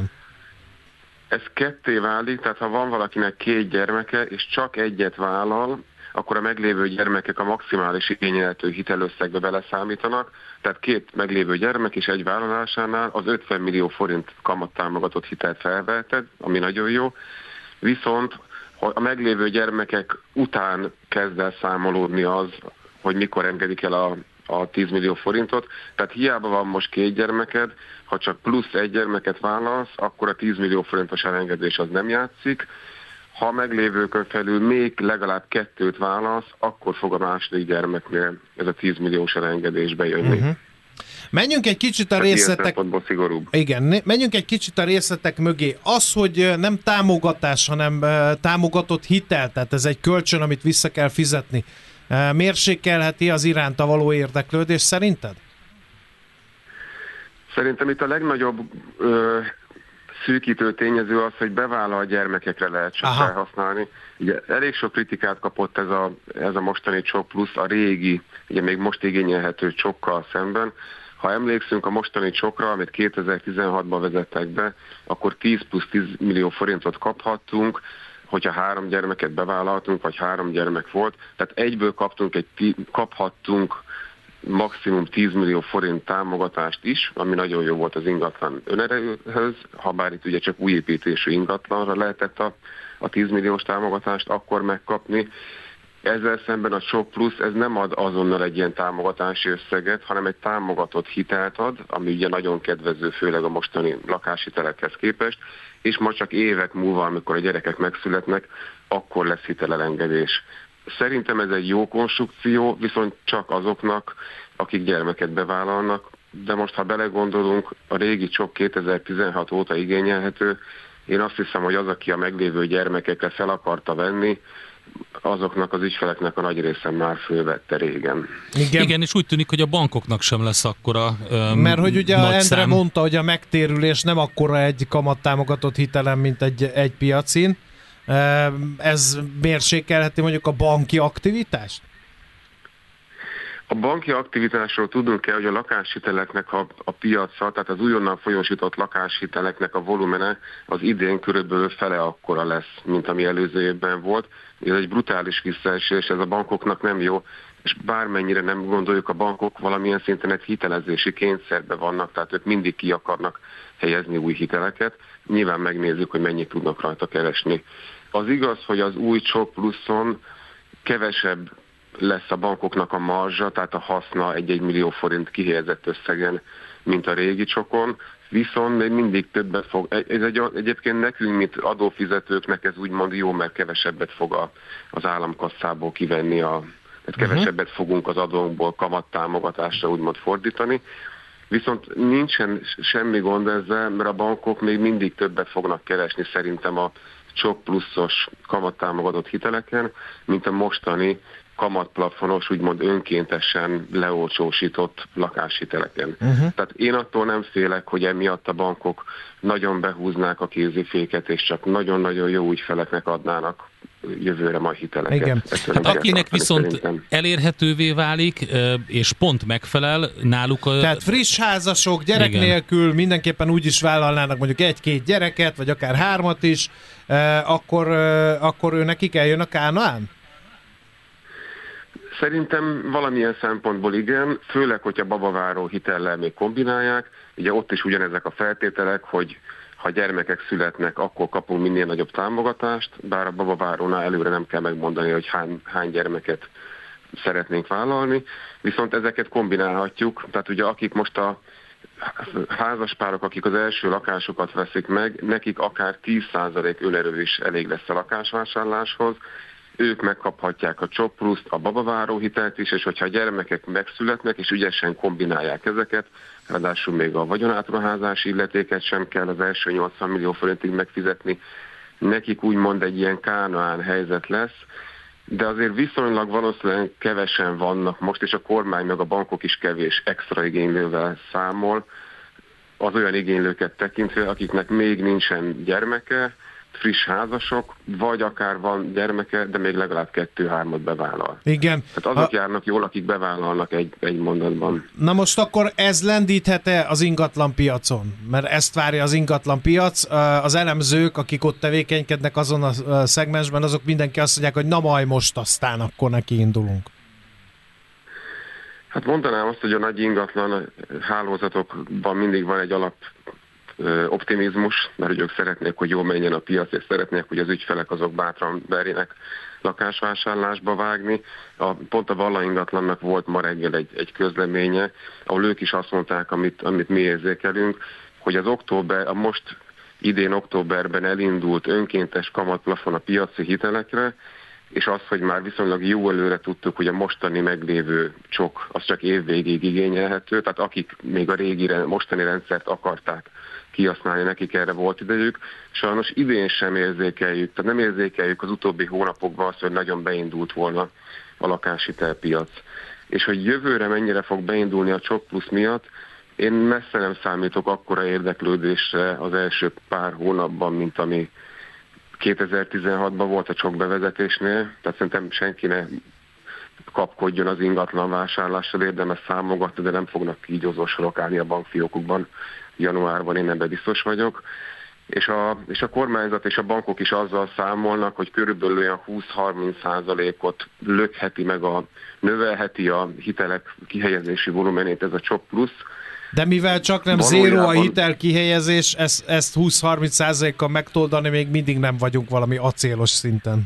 Ez ketté válik, tehát ha van valakinek két gyermeke, és csak egyet vállal, akkor a meglévő gyermekek a maximális igényelhető hitelösszegbe beleszámítanak, tehát két meglévő gyermek és egy vállalásánál az ötven millió forint kamattámogatott hitelt felveheted, ami nagyon jó, viszont a meglévő gyermekek után kezd el számolódni az, hogy mikor engedik el a, a tíz millió forintot, tehát hiába van most két gyermeked, ha csak plusz egy gyermeket vállalsz, akkor a tíz millió forintos elengedés az nem játszik. Ha a meglévőkön felül még legalább kettőt válasz, akkor fog a második gyermeknél ez a tíz milliós elengedés bejönni. Uh-huh. Menjünk egy kicsit a részletek... Igen, menjünk egy kicsit a részletek mögé. Az, hogy nem támogatás, hanem támogatott hitel, tehát ez egy kölcsön, amit vissza kell fizetni, mérsékelheti az iránta való érdeklődés szerinted? Szerintem itt a legnagyobb ö, szűkítő tényező az, hogy bevállal a gyermekekre lehet csak Aha. felhasználni. Ugye elég sok kritikát kapott ez a, ez a mostani Csok Plusz a régi, ugye még most igényelhető Csokkal szemben. Ha emlékszünk a mostani Csokra, amit kétezer-tizenhatban vezettek be, akkor tíz plusz tíz millió forintot kaphattunk, hogyha három gyermeket bevállaltunk, vagy három gyermek volt. Tehát egyből kaptunk egy, kaphattunk maximum tíz millió forint támogatást is, ami nagyon jó volt az ingatlan önerejűhöz, ha bár itt ugye csak újépítésű ingatlanra lehetett a, a tíz milliós támogatást akkor megkapni. Ezzel szemben a Csok Plusz ez nem ad azonnal egy ilyen támogatási összeget, hanem egy támogatott hitelt ad, ami ugye nagyon kedvező, főleg a mostani lakáshitelekhez képest, és majd csak évek múlva, amikor a gyerekek megszületnek, akkor lesz hitelelengedés. Szerintem ez egy jó konstrukció, viszont csak azoknak, akik gyermeket bevállalnak, de most ha belegondolunk, a régi Csok kétezer-tizenhat óta igényelhető, én azt hiszem, hogy az, aki a meglévő gyermekekre fel akarta venni, azoknak az ügyfeleknek a nagy része már fölvette régen. Igen. Igen, és úgy tűnik, hogy a bankoknak sem lesz akkora um, Mert hogy ugye Endre szám. mondta, hogy a megtérülés nem akkora egy kamattámogatott hitelem, mint egy, egy piacin. Ez mérsékelheti mondjuk a banki aktivitást? A banki aktivitásról tudnunk kell, hogy a lakáshiteleknek a, a piaca, tehát az újonnan folyósított lakáshiteleknek a volumene az idén körülbelül fele akkora lesz, mint ami előző évben volt. Ez egy brutális visszaesés, ez a bankoknak nem jó, és bármennyire nem gondoljuk, a bankok valamilyen szinten egy hitelezési kényszerben vannak, tehát ők mindig ki akarnak helyezni új hiteleket. Nyilván megnézzük, hogy mennyit tudnak rajta keresni. Az igaz, hogy az új Csok Pluszon kevesebb lesz a bankoknak a marzsa, tehát a haszna egy-egy millió forint kihelyezett összegen, mint a régi Csokon, viszont még mindig többet fog. Ez egy, egyébként nekünk, mint adófizetőknek ez úgymond jó, mert kevesebbet fog a, az államkasszából kivenni, a, tehát kevesebbet fogunk az adónkból kamattámogatásra úgymond fordítani. Viszont nincsen semmi gond ezzel, mert a bankok még mindig többet fognak keresni szerintem a Csok Pluszos kamattámogatott hiteleken, mint a mostani kamatplafonos, úgymond önkéntesen leolcsósított lakáshiteleken. Uh-huh. Tehát én attól nem félek, hogy emiatt a bankok nagyon behúznák a kéziféket, és csak nagyon-nagyon jó ügyfeleknek adnának jövőre majd hiteleket. Igen. Hát akinek viszont szerintem elérhetővé válik, és pont megfelel náluk a... Tehát friss házasok, gyerek igen. nélkül mindenképpen úgy is vállalnának mondjuk egy-két gyereket, vagy akár hármat is, akkor, akkor ő nekik eljön a Kánaán? Szerintem valamilyen szempontból igen, főleg, hogyha babaváró hitellel még kombinálják. Ugye ott is ugyanezek a feltételek, hogy ha gyermekek születnek, akkor kapunk minél nagyobb támogatást, bár a babavárónál előre nem kell megmondani, hogy hány, hány gyermeket szeretnénk vállalni, viszont ezeket kombinálhatjuk, tehát ugye akik most a házaspárok, akik az első lakásokat veszik meg, nekik akár tíz százalék önerő is elég lesz a lakásvásárláshoz, ők megkaphatják a Csop Pluszt, a babaváró hitelt is, és hogyha a gyermekek megszületnek, és ügyesen kombinálják ezeket, ráadásul még a vagyonátruházási illetéket sem kell az első nyolcvan millió forintig megfizetni, nekik úgymond egy ilyen Kánaán helyzet lesz, de azért viszonylag valószínűleg kevesen vannak most, és a kormány meg a bankok is kevés extra igénylővel számol, az olyan igénylőket tekintve, akiknek még nincsen gyermeke, friss házasok, vagy akár van gyermeke, de még legalább kettő-hármat bevállal. Igen. Tehát azok ha... járnak jól, akik bevállalnak egy, egy mondatban. Na most akkor ez lendíthet-e az ingatlan piacon? Mert ezt várja az ingatlan piac. Az elemzők, akik ott tevékenykednek azon a szegmensben, azok mindenki azt mondják, hogy na majd most aztán akkor neki indulunk. Hát mondanám azt, hogy a nagy ingatlan hálózatokban mindig van egy alap optimizmus, mert hogy ők szeretnék, hogy jól menjen a piac, és szeretnék, hogy az ügyfelek azok bátran berjenek lakásvásárlásba vágni. A, pont a Valla ingatlannak volt ma reggel egy, egy közleménye, ahol ők is azt mondták, amit, amit mi érzékelünk, hogy az október, a most idén októberben elindult önkéntes kamatplafon a piaci hitelekre, és az, hogy már viszonylag jó előre tudtuk, hogy a mostani meglévő csok, az csak évvégig igényelhető, tehát akik még a régi, mostani rendszert akarták kihasználni, nekik erre volt idejük. Sajnos idén sem érzékeljük, tehát nem érzékeljük az utóbbi hónapokban azt, hogy nagyon beindult volna a lakáshitelpiac. És hogy jövőre mennyire fog beindulni a Csok Plusz miatt, én messze nem számítok akkora érdeklődésre az első pár hónapban, mint ami kétezer-tizenhatban volt a csok bevezetésnél, tehát szerintem senki ne kapkodjon az ingatlan vásárlással, érdemes számogatni, de nem fognak kígyózó sorok állni a bankfiókukban januárban, én ebben biztos vagyok. És a, és a kormányzat és a bankok is azzal számolnak, hogy körülbelül olyan húsz-harminc százalékot lökheti meg, a, növelheti a hitelek kihelyezési volumenét ez a Csok Plusz. De mivel csak nem valójában zéró a hitel kihelyezés, ezt, ezt húsz-harminc százalékkal megtoldani még mindig nem vagyunk valami acélos szinten.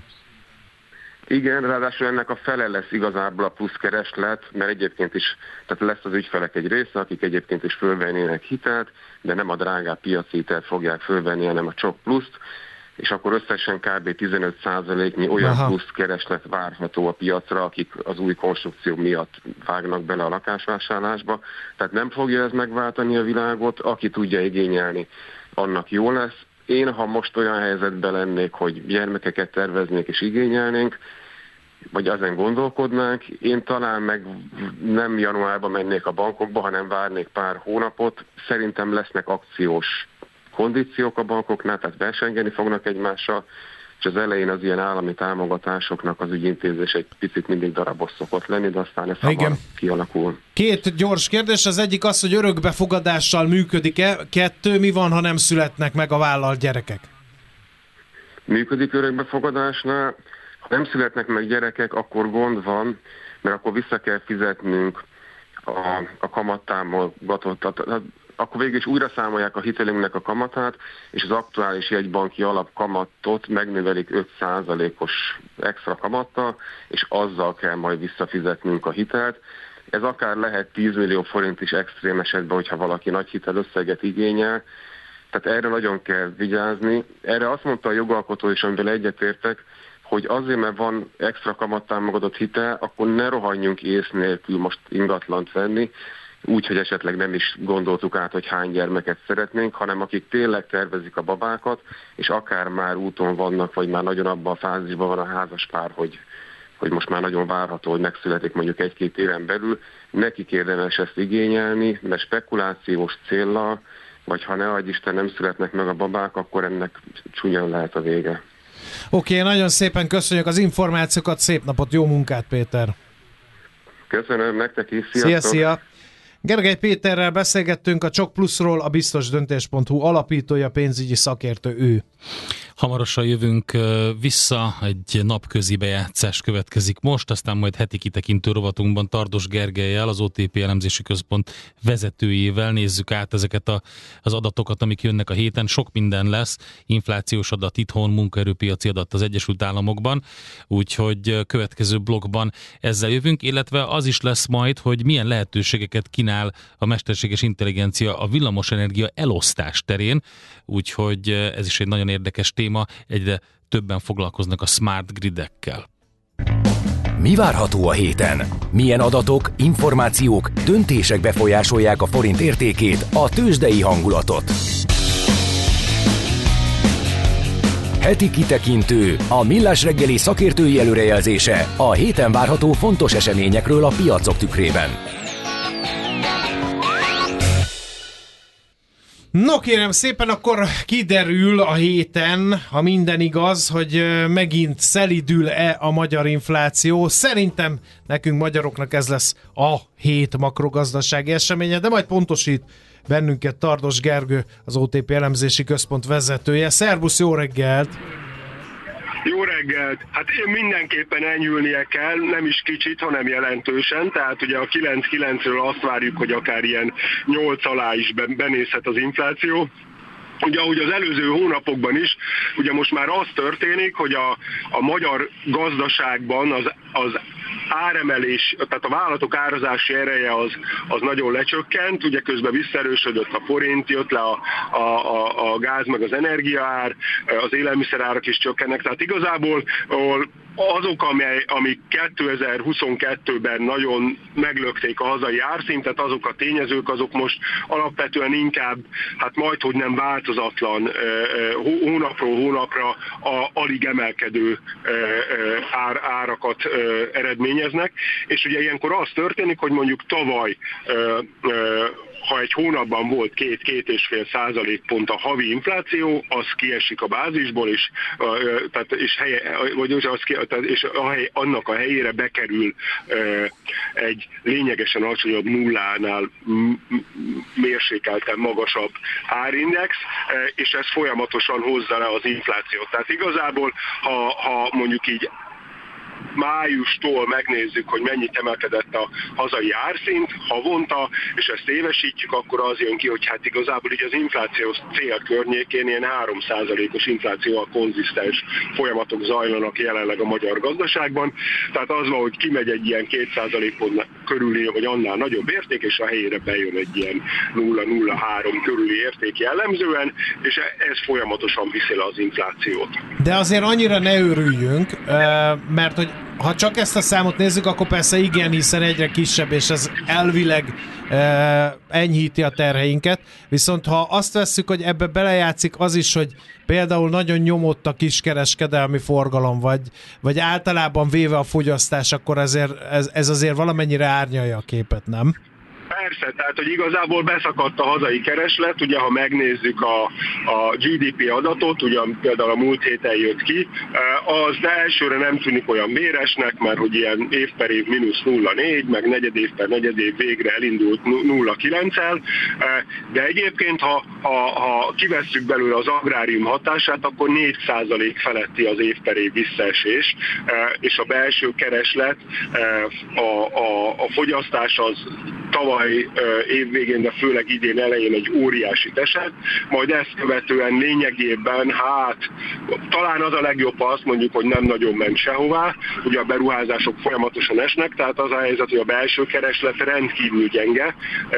Igen, ráadásul ennek a fele lesz igazából a plusz kereslet, mert egyébként is, tehát lesz az ügyfelek egy része, akik egyébként is fölvennének hitelt, de nem a drágább piaci hitelt fogják fölvenni, hanem a Csok Pluszt, és akkor összesen kb. tizenöt százaléknyi olyan Aha. plusz kereslet várható a piacra, akik az új konstrukció miatt vágnak bele a lakásvásárlásba. Tehát nem fogja ez megváltani a világot, aki tudja igényelni, annak jó lesz. Én, ha most olyan helyzetben lennék, hogy gyermekeket terveznék és igényelnénk, vagy ezen gondolkodnánk, én talán meg nem januárban mennék a bankokba, hanem várnék pár hónapot. Szerintem lesznek akciós kondíciók a bankoknál, tehát versengeni fognak egymással, és az elején az ilyen állami támogatásoknak az ügyintézés egy picit mindig darabos szokott lenni, de aztán ez hamar kialakul. Két gyors kérdés, az egyik az, hogy örökbefogadással működik-e, kettő, mi van, ha nem születnek meg a vállalt gyerekek? Működik örökbefogadásnál, ha nem születnek meg gyerekek, akkor gond van, mert akkor vissza kell fizetnünk a, a kamattámogatott, akkor végül is újra számolják a hitelünknek a kamatát, és az aktuális jegybanki alapkamatot megnövelik öt százalékos extra kamattal, és azzal kell majd visszafizetnünk a hitelt. Ez akár lehet tíz millió forint is extrém esetben, hogyha valaki nagy hitelösszeget igényel. Tehát erre nagyon kell vigyázni. Erre azt mondta a jogalkotó is, amivel egyetértek, hogy azért, mert van extra kamattámogatott hitel, akkor ne rohanjunk ész nélkül most ingatlant venni, úgy, hogy esetleg nem is gondoltuk át, hogy hány gyermeket szeretnénk, hanem akik tényleg tervezik a babákat, és akár már úton vannak, vagy már nagyon abban a fázisban van a házaspár, hogy, hogy most már nagyon várható, hogy megszületik mondjuk egy-két éven belül, nekik érdemes ezt igényelni, mert spekulációs céllal, vagy ha ne adj Isten nem születnek meg a babák, akkor ennek csúnyan lehet a vége. Oké, nagyon szépen köszönjük az információkat, szép napot, jó munkát, Péter! Köszönöm nektek is, sziasztok! Szia, szia! Gergely Péterrel beszélgettünk, a Csok Pluszról, a biztosdöntés pont hu alapítója, pénzügyi szakértő ő. Hamarosan jövünk vissza, egy napközi bejátszás következik most, aztán majd heti kitekintő rovatunkban Tardos Gergellyel, az o té pé elemzési központ vezetőjével nézzük át ezeket a, az adatokat, amik jönnek a héten. Sok minden lesz, inflációs adat itthon, munkaerőpiaci adat az Egyesült Államokban, úgyhogy következő blogban ezzel jövünk, illetve az is lesz majd, hogy milyen lehetőségeket kínál a mesterséges intelligencia a villamosenergia elosztás terén, úgyhogy ez is egy nagyon érdekes téma, egyre többen foglalkoznak a smart gridekkel. Mi várható a héten? Milyen adatok, információk, döntések befolyásolják a forint értékét, a tőzsdei hangulatot? Heti kitekintő, a Millás reggeli szakértői előrejelzése a héten várható fontos eseményekről a piacok tükrében. No kérem szépen, akkor kiderül a héten, ha minden igaz, hogy megint szelidül-e a magyar infláció. Szerintem nekünk magyaroknak ez lesz a hét makrogazdasági eseménye, de majd pontosít bennünket Tardos Gergő, az o té pé elemzési központ vezetője. Szervusz, jó reggelt! Jó reggelt! Hát én mindenképpen enyhülnie kell, nem is kicsit, hanem jelentősen, tehát ugye a kilenc kilencről azt várjuk, hogy akár ilyen nyolc alá is benézhet az infláció. Ugye ahogy az előző hónapokban is, ugye most már az történik, hogy a, a magyar gazdaságban az, az áremelés, tehát a vállalatok árazási ereje az, az nagyon lecsökkent, ugye közben visszaerősödött a forint, jött le a, a, a, a gáz meg az energiaár, az élelmiszerárak is csökkennek, tehát igazából azok, amely, amik kétezer-huszonkettőben nagyon meglökték a hazai árszintet, azok a tényezők, azok most alapvetően inkább, hát majdhogy nem változatlan hónapról hónapra a alig emelkedő ár, árakat eredményeznek, és ugye ilyenkor az történik, hogy mondjuk tavaly ha egy hónapban volt két-két és fél százalékpont a havi infláció, az kiesik a bázisból, és, tehát, és, helye, vagy az, tehát, és a hely, annak a helyére bekerül egy lényegesen alacsonyabb nullánál mérsékelten magasabb árindex, és ez folyamatosan hozza le az inflációt. Tehát igazából, ha, ha mondjuk így májustól megnézzük, hogy mennyit emelkedett a hazai árszint havonta, és ezt évesítjük, akkor az jön ki, hogy hát igazából így az inflációs cél környékén ilyen három százalékos inflációval konzisztens folyamatok zajlanak jelenleg a magyar gazdaságban. Tehát az van, hogy kimegy egy ilyen két százalék pont körüli, vagy annál nagyobb érték, és a helyére bejön egy ilyen nulla egész nulla három körüli érték jellemzően, és ez folyamatosan viszi le az inflációt. De azért annyira ne őrüljünk, mert hogy ha csak ezt a számot nézzük, akkor persze igen, hiszen egyre kisebb, és ez elvileg e, enyhíti a terheinket. Viszont ha azt vesszük, hogy ebbe belejátszik az is, hogy például nagyon nyomott a kiskereskedelmi forgalom, vagy, vagy általában véve a fogyasztás, akkor ezért, ez, ez azért valamennyire árnyalja a képet, nem? Persze, tehát hogy igazából beszakadt a hazai kereslet, ugye ha megnézzük a, a gé dé pé adatot, ugye például a múlt héten jött ki, az de elsőre nem tűnik olyan véresnek, mert hogy ilyen év per év mínusz nulla egész négy, meg negyed év per negyed év végre elindult nulla egész kilenccel, de egyébként ha, ha, ha kivesszük belőle az agrárium hatását, akkor négy százalék feletti az év per év visszaesés, és a belső kereslet, a, a, a fogyasztás az tavaly évvégén, de főleg idén elején egy óriási eset, majd ezt követően lényegében, hát talán az a legjobb, azt mondjuk, hogy nem nagyon ment sehová, ugye a beruházások folyamatosan esnek, tehát az a helyzet, hogy a belső kereslet rendkívül gyenge,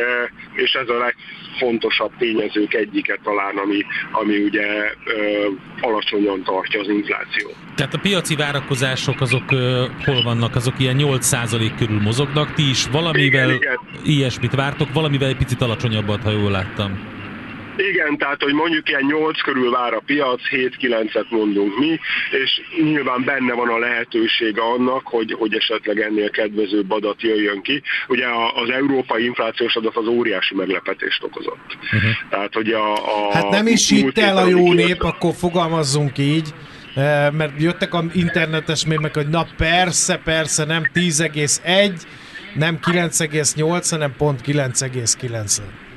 és ez a legfontosabb tényezők egyike talán, ami, ami ugye alacsonyan tartja az inflációt. Tehát a piaci várakozások azok uh, hol vannak? Azok ilyen nyolc százalék körül mozognak. Ti is valamivel igen, igen. ilyesmit vártok, valamivel egy picit alacsonyabbat, ha jól láttam. Igen, tehát hogy mondjuk ilyen nyolc körül vár a piac, hét-kilencet mondunk mi, és nyilván benne van a lehetősége annak, hogy, hogy esetleg ennél kedvezőbb adat jöjjön ki. Ugye az európai inflációs adat az óriási meglepetést okozott. Uh-huh. Tehát, hogy a, a hát nem is hitt el a jó nép, akkor fogalmazzunk így. mert jöttek a internetes mémek, hogy na persze, persze, nem tíz egész egy, nem kilenc egész nyolc, hanem pont kilenc egész kilenc.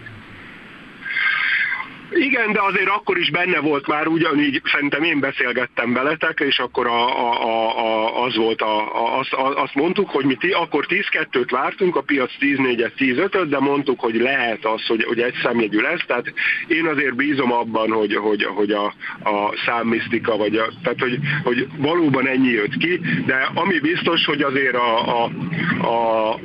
Igen, de azért akkor is benne volt már, ugyanígy szerintem én beszélgettem veletek, és akkor a, a, a, az volt, a, a, az, azt mondtuk, hogy mi ti, akkor tíz kettőt vártunk, a piac tíz négyet, tíz ötöt, de mondtuk, hogy lehet az, hogy, hogy egy számjegyű lesz, tehát én azért bízom abban, hogy, hogy, hogy a, a számmisztika, vagy a, tehát hogy, hogy valóban ennyi jött ki, de ami biztos, hogy azért a, a, a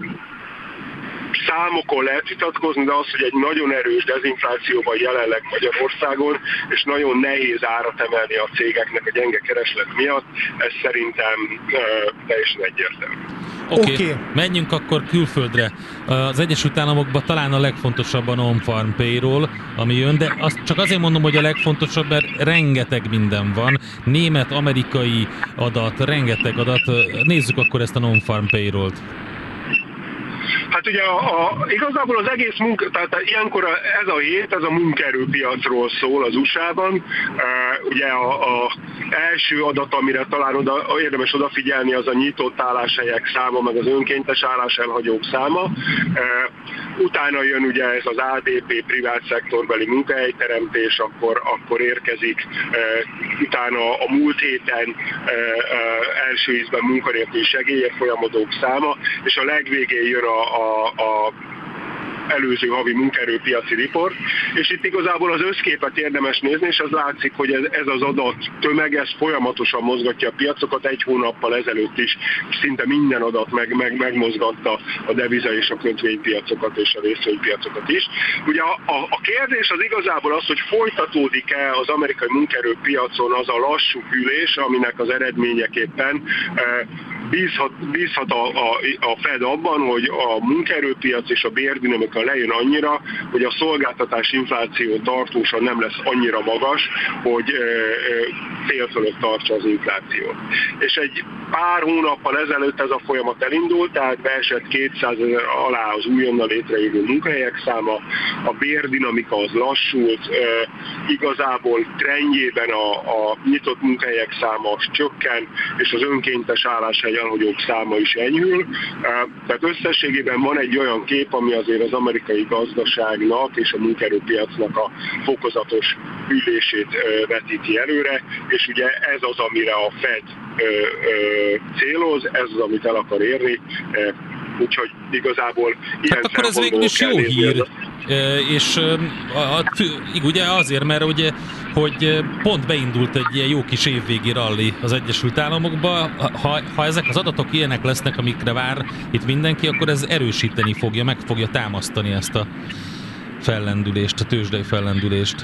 számokon lehet vitatkozni, de az, hogy egy nagyon erős dezinflációban jelenleg Magyarországon, és nagyon nehéz árat emelni a cégeknek a gyenge kereslet miatt, ez szerintem uh, teljesen egyértelmű. Oké, okay. okay. Menjünk akkor külföldre. Az Egyesült Államokban talán a legfontosabb a non-farm payroll, ami jön, de azt csak azért mondom, hogy a legfontosabb, mert rengeteg minden van. Német, amerikai adat, rengeteg adat. Nézzük akkor ezt a non-farm payrollt. Hát ugye a, a, igazából az egész munka, tehát ilyenkor ez a hét, ez a munkaerőpiacról szól az u es á-ban. Uh, ugye a, a első adat, amire talán oda, érdemes odafigyelni, az a nyitott álláshelyek száma, meg az önkéntes álláselhagyók száma. Uh, utána jön ugye ez az á dé pé, privát szektorbeli munkahelyteremtés, akkor, akkor érkezik uh, utána a múlt héten uh, uh, első ízben munkanélküli segélyért folyamodók száma, és a legvégén jön a, a, a előző havi munkaerőpiaci riport, és itt igazából az összképet érdemes nézni, és az látszik, hogy ez, ez az adat tömeg, ez folyamatosan mozgatja a piacokat, egy hónappal ezelőtt is szinte minden adat meg, meg, megmozgatta a deviza és a kötvénypiacokat és a részvénypiacokat is. Ugye a, a, a kérdés az igazából az, hogy folytatódik-e az amerikai munkaerőpiacon az a lassú hűlés, aminek az eredményeképpen eh, bízhat, bízhat a, a, a Fed abban, hogy a munkaerőpiac és a bérdinamika lejön annyira, hogy a szolgáltatás infláció tartósan nem lesz annyira magas, hogy fél fölött tartsa az inflációt. És egy pár hónappal ezelőtt ez a folyamat elindult, tehát beesett kétszázezer alá az újonnan létrejövő munkahelyek száma, a bérdinamika az lassult, igazából trendjében a, a nyitott munkahelyek száma csökken, és az önkéntes álláshelyelhagyók száma is enyhül. Tehát összességében van egy olyan kép, ami azért az amerikai gazdaságnak és a munkaerőpiacnak a fokozatos hűlését vetíti előre, és ugye ez az, amire a Fed ö, ö, céloz, ez az, amit el akar érni, úgyhogy igazából ilyen hát akkor ez végül is jó hír, e, és a, a, ugye azért, mert ugye, hogy pont beindult egy ilyen jó kis évvégi ralli az Egyesült Államokba, ha, ha ezek az adatok ilyenek lesznek, amikre vár itt mindenki, akkor ez erősíteni fogja, meg fogja támasztani ezt a fellendülést, a tőzsdei fellendülést.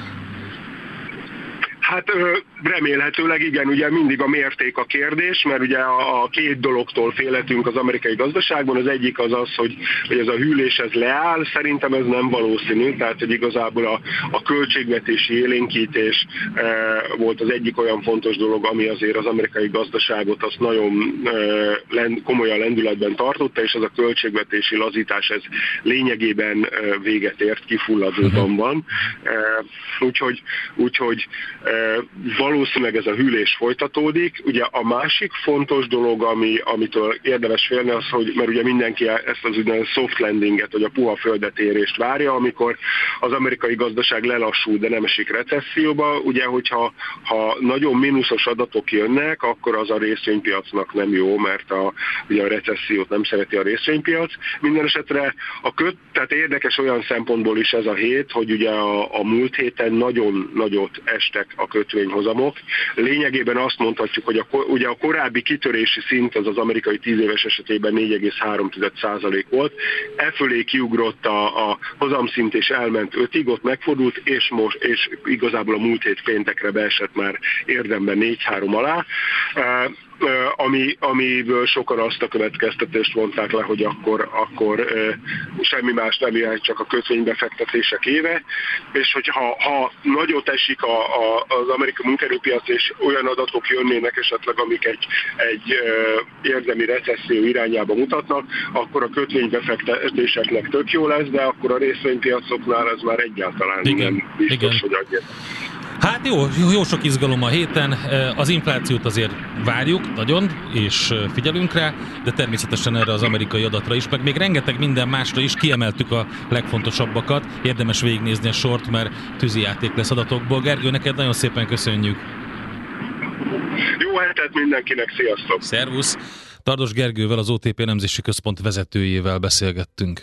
Hát remélhetőleg igen, ugye mindig a mérték a kérdés, mert ugye a, a két dologtól félhetünk az amerikai gazdaságban. Az egyik az az, hogy, hogy ez a hűlés ez leáll, szerintem ez nem valószínű, tehát hogy igazából a, a költségvetési élénkítés e, volt az egyik olyan fontos dolog, ami azért az amerikai gazdaságot azt nagyon e, lend, komolyan lendületben tartotta, és az a költségvetési lazítás ez lényegében e, véget ért, kifulladóban van. E, úgyhogy úgyhogy e, valószínűleg ez a hűlés folytatódik. Ugye a másik fontos dolog, ami, amitől érdemes félni, az, hogy mert ugye mindenki ezt az úgynevezett soft landinget, vagy a puha földetérést várja, amikor az amerikai gazdaság lelassul, de nem esik recesszióba. Ugye, hogyha ha nagyon mínuszos adatok jönnek, akkor az a részvénypiacnak nem jó, mert a, ugye a recessziót nem szereti a részvénypiac. Minden esetre a köt, tehát érdekes olyan szempontból is ez a hét, hogy ugye a, a múlt héten nagyon nagyot estek a kötvényhozamok. Lényegében azt mondhatjuk, hogy a, ugye a korábbi kitörési szint az az amerikai tíz éves esetében négy egész három százalék volt. E fölé kiugrott a, a hozamszint és elment ötig, ott megfordult, és, most, és igazából a múlt hét péntekre beesett már érdemben négy három alá. Ami, amiből sokan azt a következtetést vonták le, hogy akkor, akkor e, semmi más nem jelent, csak a kötvénybefektetések éve, és hogyha ha nagyot esik a, a, az amerikai munkaerőpiac, és olyan adatok jönnének esetleg, amik egy, egy e, érdemi recesszió irányába mutatnak, akkor a kötvénybefektetéseknek tök jó lesz, de akkor a részvénypiacoknál ez már egyáltalán igen, nem biztos, igen. hogy adja. Hát jó, jó sok izgalom a héten. Az inflációt azért várjuk nagyon, és figyelünk rá, de természetesen erre az amerikai adatra is, meg még rengeteg minden másra is kiemeltük a legfontosabbakat. Érdemes végignézni a sort, mert tűzijáték lesz adatokból. Gergő, neked nagyon szépen köszönjük. Jó hetet mindenkinek, sziasztok! Szervusz! Tardos Gergővel, az o té pé elemzési központ vezetőjével beszélgettünk.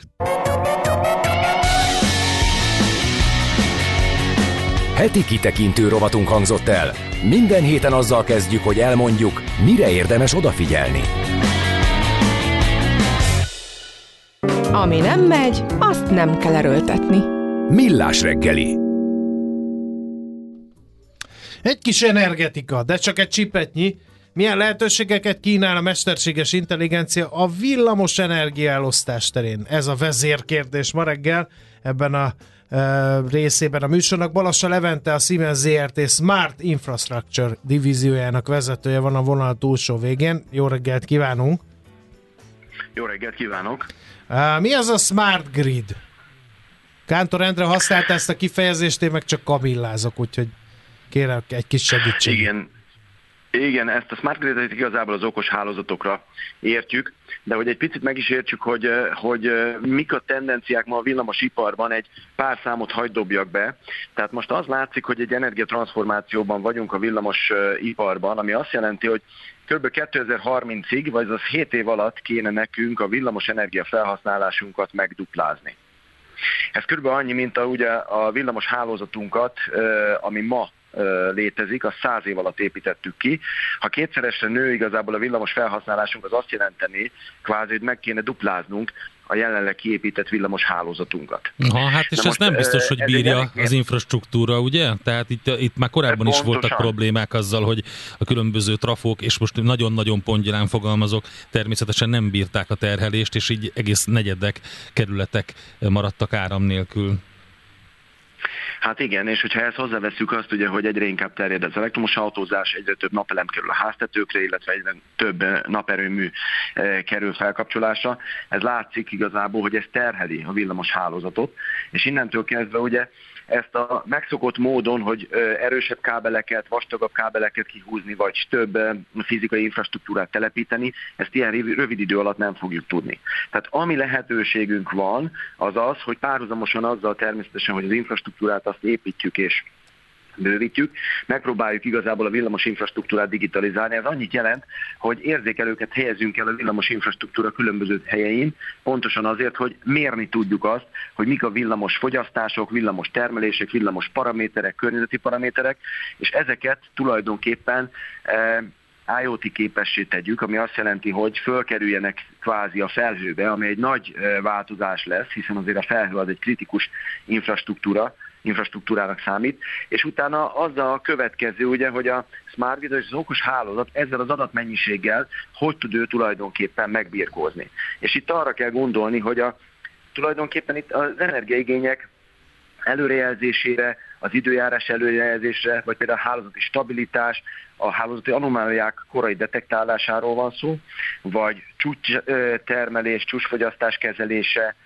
Heti kitekintő rovatunk hangzott el. Minden héten azzal kezdjük, hogy elmondjuk, mire érdemes odafigyelni. Ami nem megy, azt nem kell erőltetni. Millás reggeli. Egy kis energetika, de csak egy csipetnyi. Milyen lehetőségeket kínál a mesterséges intelligencia a villamos energiaelosztás terén? Ez a vezérkérdés ma reggel ebben a uh, részében a műsornak. Balassa Levente, a Siemens zé er té Smart Infrastructure divíziójának vezetője van a vonal túlsó végén. Jó reggelt kívánunk! Jó reggelt kívánok! Uh, mi az a Smart Grid? Kántor Endre használta ezt a kifejezést, én meg csak kamillázok, úgyhogy kérem egy kis segítséget. Igen. Igen, ezt a Smart Grid-et igazából az okos hálózatokra értjük, de hogy egy picit meg is értsük, hogy, hogy mik a tendenciák ma a villamosiparban, egy pár számot hagy dobjak be. Tehát most az látszik, hogy egy energiatranszformációban vagyunk a villamosiparban, ami azt jelenti, hogy kb. kétezer-harmincig, vagy az hét év alatt kéne nekünk a villamos energia felhasználásunkat megduplázni. Ez kb. Annyi, mint a, ugye, a villamos hálózatunkat, ami ma létezik, azt száz év alatt építettük ki. Ha kétszeresre nő igazából a villamos felhasználásunk, az azt jelenteni, kvázi, hogy meg kéne dupláznunk a jelenleg kiépített villamos hálózatunkat. Ha, hát és ez nem biztos, hogy bírja az infrastruktúra, ugye? Tehát itt, itt már korábban is voltak problémák azzal, hogy a különböző trafók, és most nagyon-nagyon pontgyilán fogalmazok, természetesen nem bírták a terhelést, és így egész negyedek, kerületek maradtak áram nélkül. Hát igen, és hogyha ezt hozzáveszünk azt, ugye, hogy egyre inkább terjed az elektromos autózás, egyre több napelem kerül a háztetőkre, illetve egyre több naperőmű kerül felkapcsolásra, ez látszik igazából, hogy ez terheli a villamos hálózatot, és innentől kezdve ugye ezt a megszokott módon, hogy erősebb kábeleket, vastagabb kábeleket kihúzni, vagy több fizikai infrastruktúrát telepíteni, ezt ilyen rövid idő alatt nem fogjuk tudni. Tehát ami lehetőségünk van, az az, hogy párhuzamosan azzal természetesen, hogy az infrastruktúrát azt építjük és bővítjük, megpróbáljuk igazából a villamos infrastruktúrát digitalizálni. Ez annyit jelent, hogy érzékelőket helyezünk el a villamos infrastruktúra különböző helyein, pontosan azért, hogy mérni tudjuk azt, hogy mik a villamos fogyasztások, villamos termelések, villamos paraméterek, környezeti paraméterek, és ezeket tulajdonképpen e, I o té képessé tegyük, ami azt jelenti, hogy fölkerüljenek kvázi a felhőbe, ami egy nagy változás lesz, hiszen azért a felhő az egy kritikus infrastruktúra, infrastruktúrának számít, és utána az a következő, ugye, hogy a Smart Grid és az okos hálózat ezzel az adatmennyiséggel hogy tud ő tulajdonképpen megbirkózni. És itt arra kell gondolni, hogy a, tulajdonképpen itt az energiaigények előrejelzésére, az időjárás előrejelzésre, vagy például a hálózati stabilitás, a hálózati anomáliák korai detektálásáról van szó, vagy csúcstermelés, csúcsfogyasztás kezelése,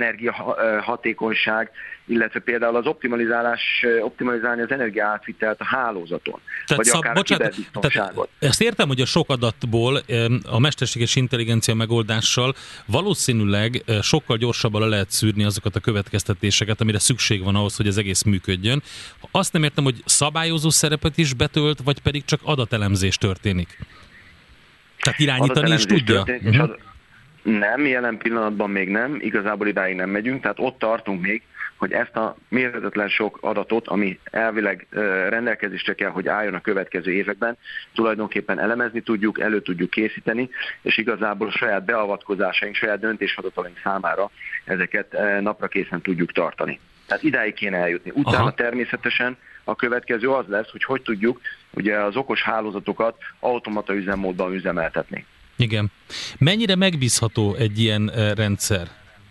energiahatékonyság, illetve például az optimalizálás, optimalizálni az energiaátvitelt a hálózaton, tehát vagy szab, akár bocsánat, a kiberbiztonságot. Ezt értem, hogy a sok adatból a mesterséges intelligencia megoldással valószínűleg sokkal gyorsabban le lehet szűrni azokat a következtetéseket, amire szükség van ahhoz, hogy az egész működjön. Azt nem értem, hogy szabályozó szerepet is betölt, vagy pedig csak adatelemzés történik. Tehát irányítani is tudja? Uh-huh. Nem, jelen pillanatban még nem, igazából idáig nem megyünk, tehát ott tartunk még, hogy ezt a mérhetetlen sok adatot, ami elvileg rendelkezésre kell, hogy álljon a következő években, tulajdonképpen elemezni tudjuk, elő tudjuk készíteni, és igazából a saját beavatkozásaink, saját döntéshozatalaink számára ezeket napra készen tudjuk tartani. Tehát idáig kéne eljutni. Utána Aha. természetesen a következő az lesz, hogy hogy tudjuk ugye az okos hálózatokat automata üzemmódban üzemeltetni. Igen. Mennyire megbízható egy ilyen rendszer?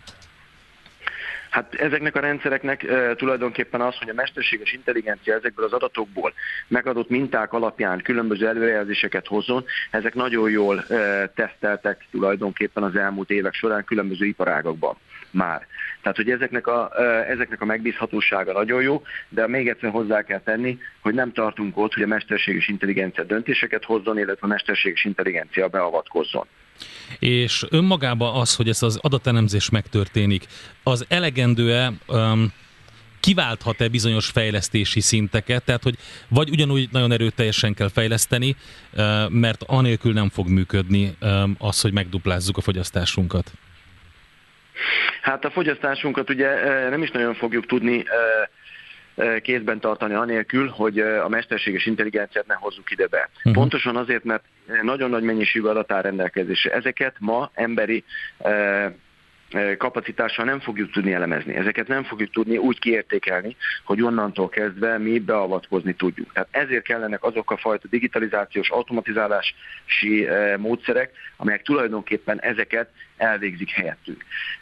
Hát ezeknek a rendszereknek e, tulajdonképpen az, hogy a mesterséges intelligencia ezekből az adatokból megadott minták alapján különböző előrejelzéseket hozzon, ezek nagyon jól e, teszteltek tulajdonképpen az elmúlt évek során különböző iparágakban. már. Tehát, hogy ezeknek a, ezeknek a megbízhatósága nagyon jó, de még egyszer hozzá kell tenni, hogy nem tartunk ott, hogy a mesterséges intelligencia döntéseket hozzon, illetve a mesterséges intelligencia beavatkozzon. És önmagában az, hogy ez az adatelemzés megtörténik, az elegendő-e, um, kiválthat-e bizonyos fejlesztési szinteket, tehát hogy vagy ugyanúgy nagyon erőteljesen kell fejleszteni, mert anélkül nem fog működni az, hogy megduplázzuk a fogyasztásunkat? Hát a fogyasztásunkat ugye nem is nagyon fogjuk tudni kézben tartani anélkül, hogy a mesterséges intelligenciát ne hozzuk ide be. Uh-huh. Pontosan azért, mert nagyon nagy mennyiségű adat áll rendelkezésre. Ezeket ma emberi kapacitással nem fogjuk tudni elemezni. Ezeket nem fogjuk tudni úgy kiértékelni, hogy onnantól kezdve mi beavatkozni tudjuk. Tehát ezért kellenek azok a fajta digitalizációs, automatizálási módszerek, amelyek tulajdonképpen ezeket elvégzik helyettünk.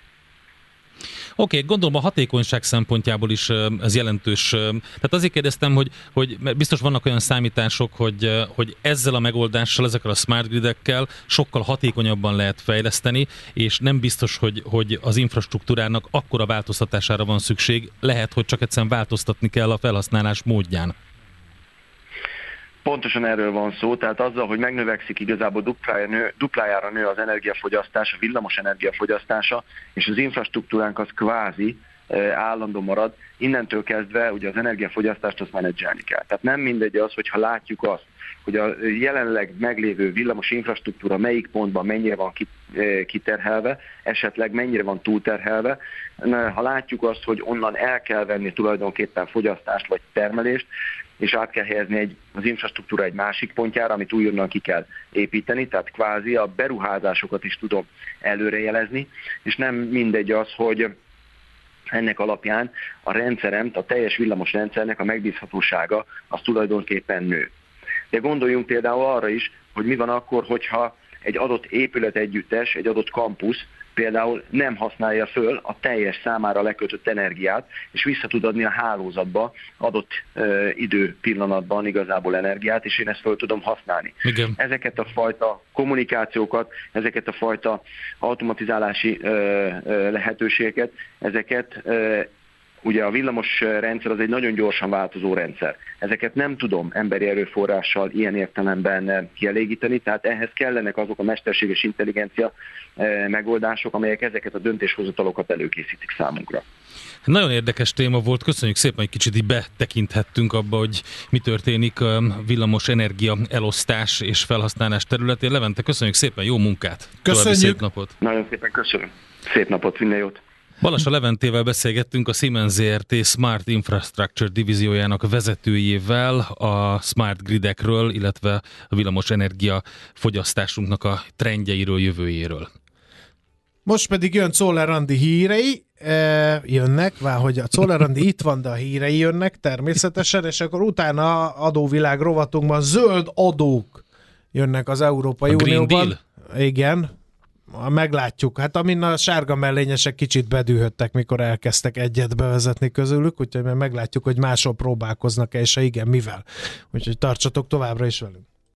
Oké, okay, gondolom a hatékonyság szempontjából is ez jelentős. Tehát azért kérdeztem, hogy, hogy biztos vannak olyan számítások, hogy, hogy ezzel a megoldással, ezekkel a smart gridekkel sokkal hatékonyabban lehet fejleszteni, és nem biztos, hogy, hogy az infrastruktúrának akkora változtatására van szükség. Lehet, hogy csak egyszerűen változtatni kell a felhasználás módján. Pontosan erről van szó, tehát azzal, hogy megnövekszik igazából duplájára nő, duplájára nő az energiafogyasztás, a villamos energiafogyasztása, és az infrastruktúránk az kvázi állandó marad, innentől kezdve ugye az energiafogyasztást azt menedzselni kell. Tehát nem mindegy az, hogyha látjuk azt, hogy a jelenleg meglévő villamos infrastruktúra melyik pontban mennyire van kiterhelve, esetleg mennyire van túlterhelve. Ha látjuk azt, hogy onnan el kell venni tulajdonképpen fogyasztást vagy termelést, és át kell helyezni egy, az infrastruktúra egy másik pontjára, amit újonnan ki kell építeni, tehát kvázi a beruházásokat is tudom előrejelezni, és nem mindegy az, hogy ennek alapján a rendszerem, a teljes villamos rendszernek a megbízhatósága az tulajdonképpen nő. De gondoljunk például arra is, hogy mi van akkor, hogyha egy adott épület együttes, egy adott kampusz például nem használja föl a teljes számára lekötött energiát, és vissza tud adni a hálózatba adott ö, idő pillanatban igazából energiát, és én ezt föl tudom használni. Igen. Ezeket a fajta kommunikációkat, ezeket a fajta automatizálási ö, ö, lehetőségeket, ezeket ö, ugye a villamos rendszer az egy nagyon gyorsan változó rendszer. Ezeket nem tudom emberi erőforrással ilyen értelemben kielégíteni, tehát ehhez kellenek azok a mesterséges intelligencia megoldások, amelyek ezeket a döntéshozatalokat előkészítik számunkra. Nagyon érdekes téma volt, köszönjük szépen, hogy kicsit így betekinthettünk abba, hogy mi történik a villamos energia elosztás és felhasználás területén. Levente, köszönjük szépen, jó munkát! Köszönjük! Szép napot! Nagyon szépen köszönöm! Szép napot, minden jót! Balassa Leventével beszélgettünk, a Siemens zé er té Smart Infrastructure divíziójának vezetőjével a smart gridekről, illetve a villamos energia fogyasztásunknak a trendjeiről, jövőjéről. Most pedig jön Czoller Andi hírei, e, jönnek, vár, hogy a Czoller Andi itt van, de a hírei jönnek természetesen, és akkor utána adóvilág rovatunkban zöld adók jönnek az Európai a Unióban. Green Deal? Igen. Meglátjuk. Hát amin a sárga mellényesek kicsit bedühödtek, mikor elkezdtek egyet bevezetni közülük, úgyhogy meglátjuk, hogy máshol próbálkoznak-e, és ha igen, mivel. Úgyhogy tartsatok továbbra is velünk.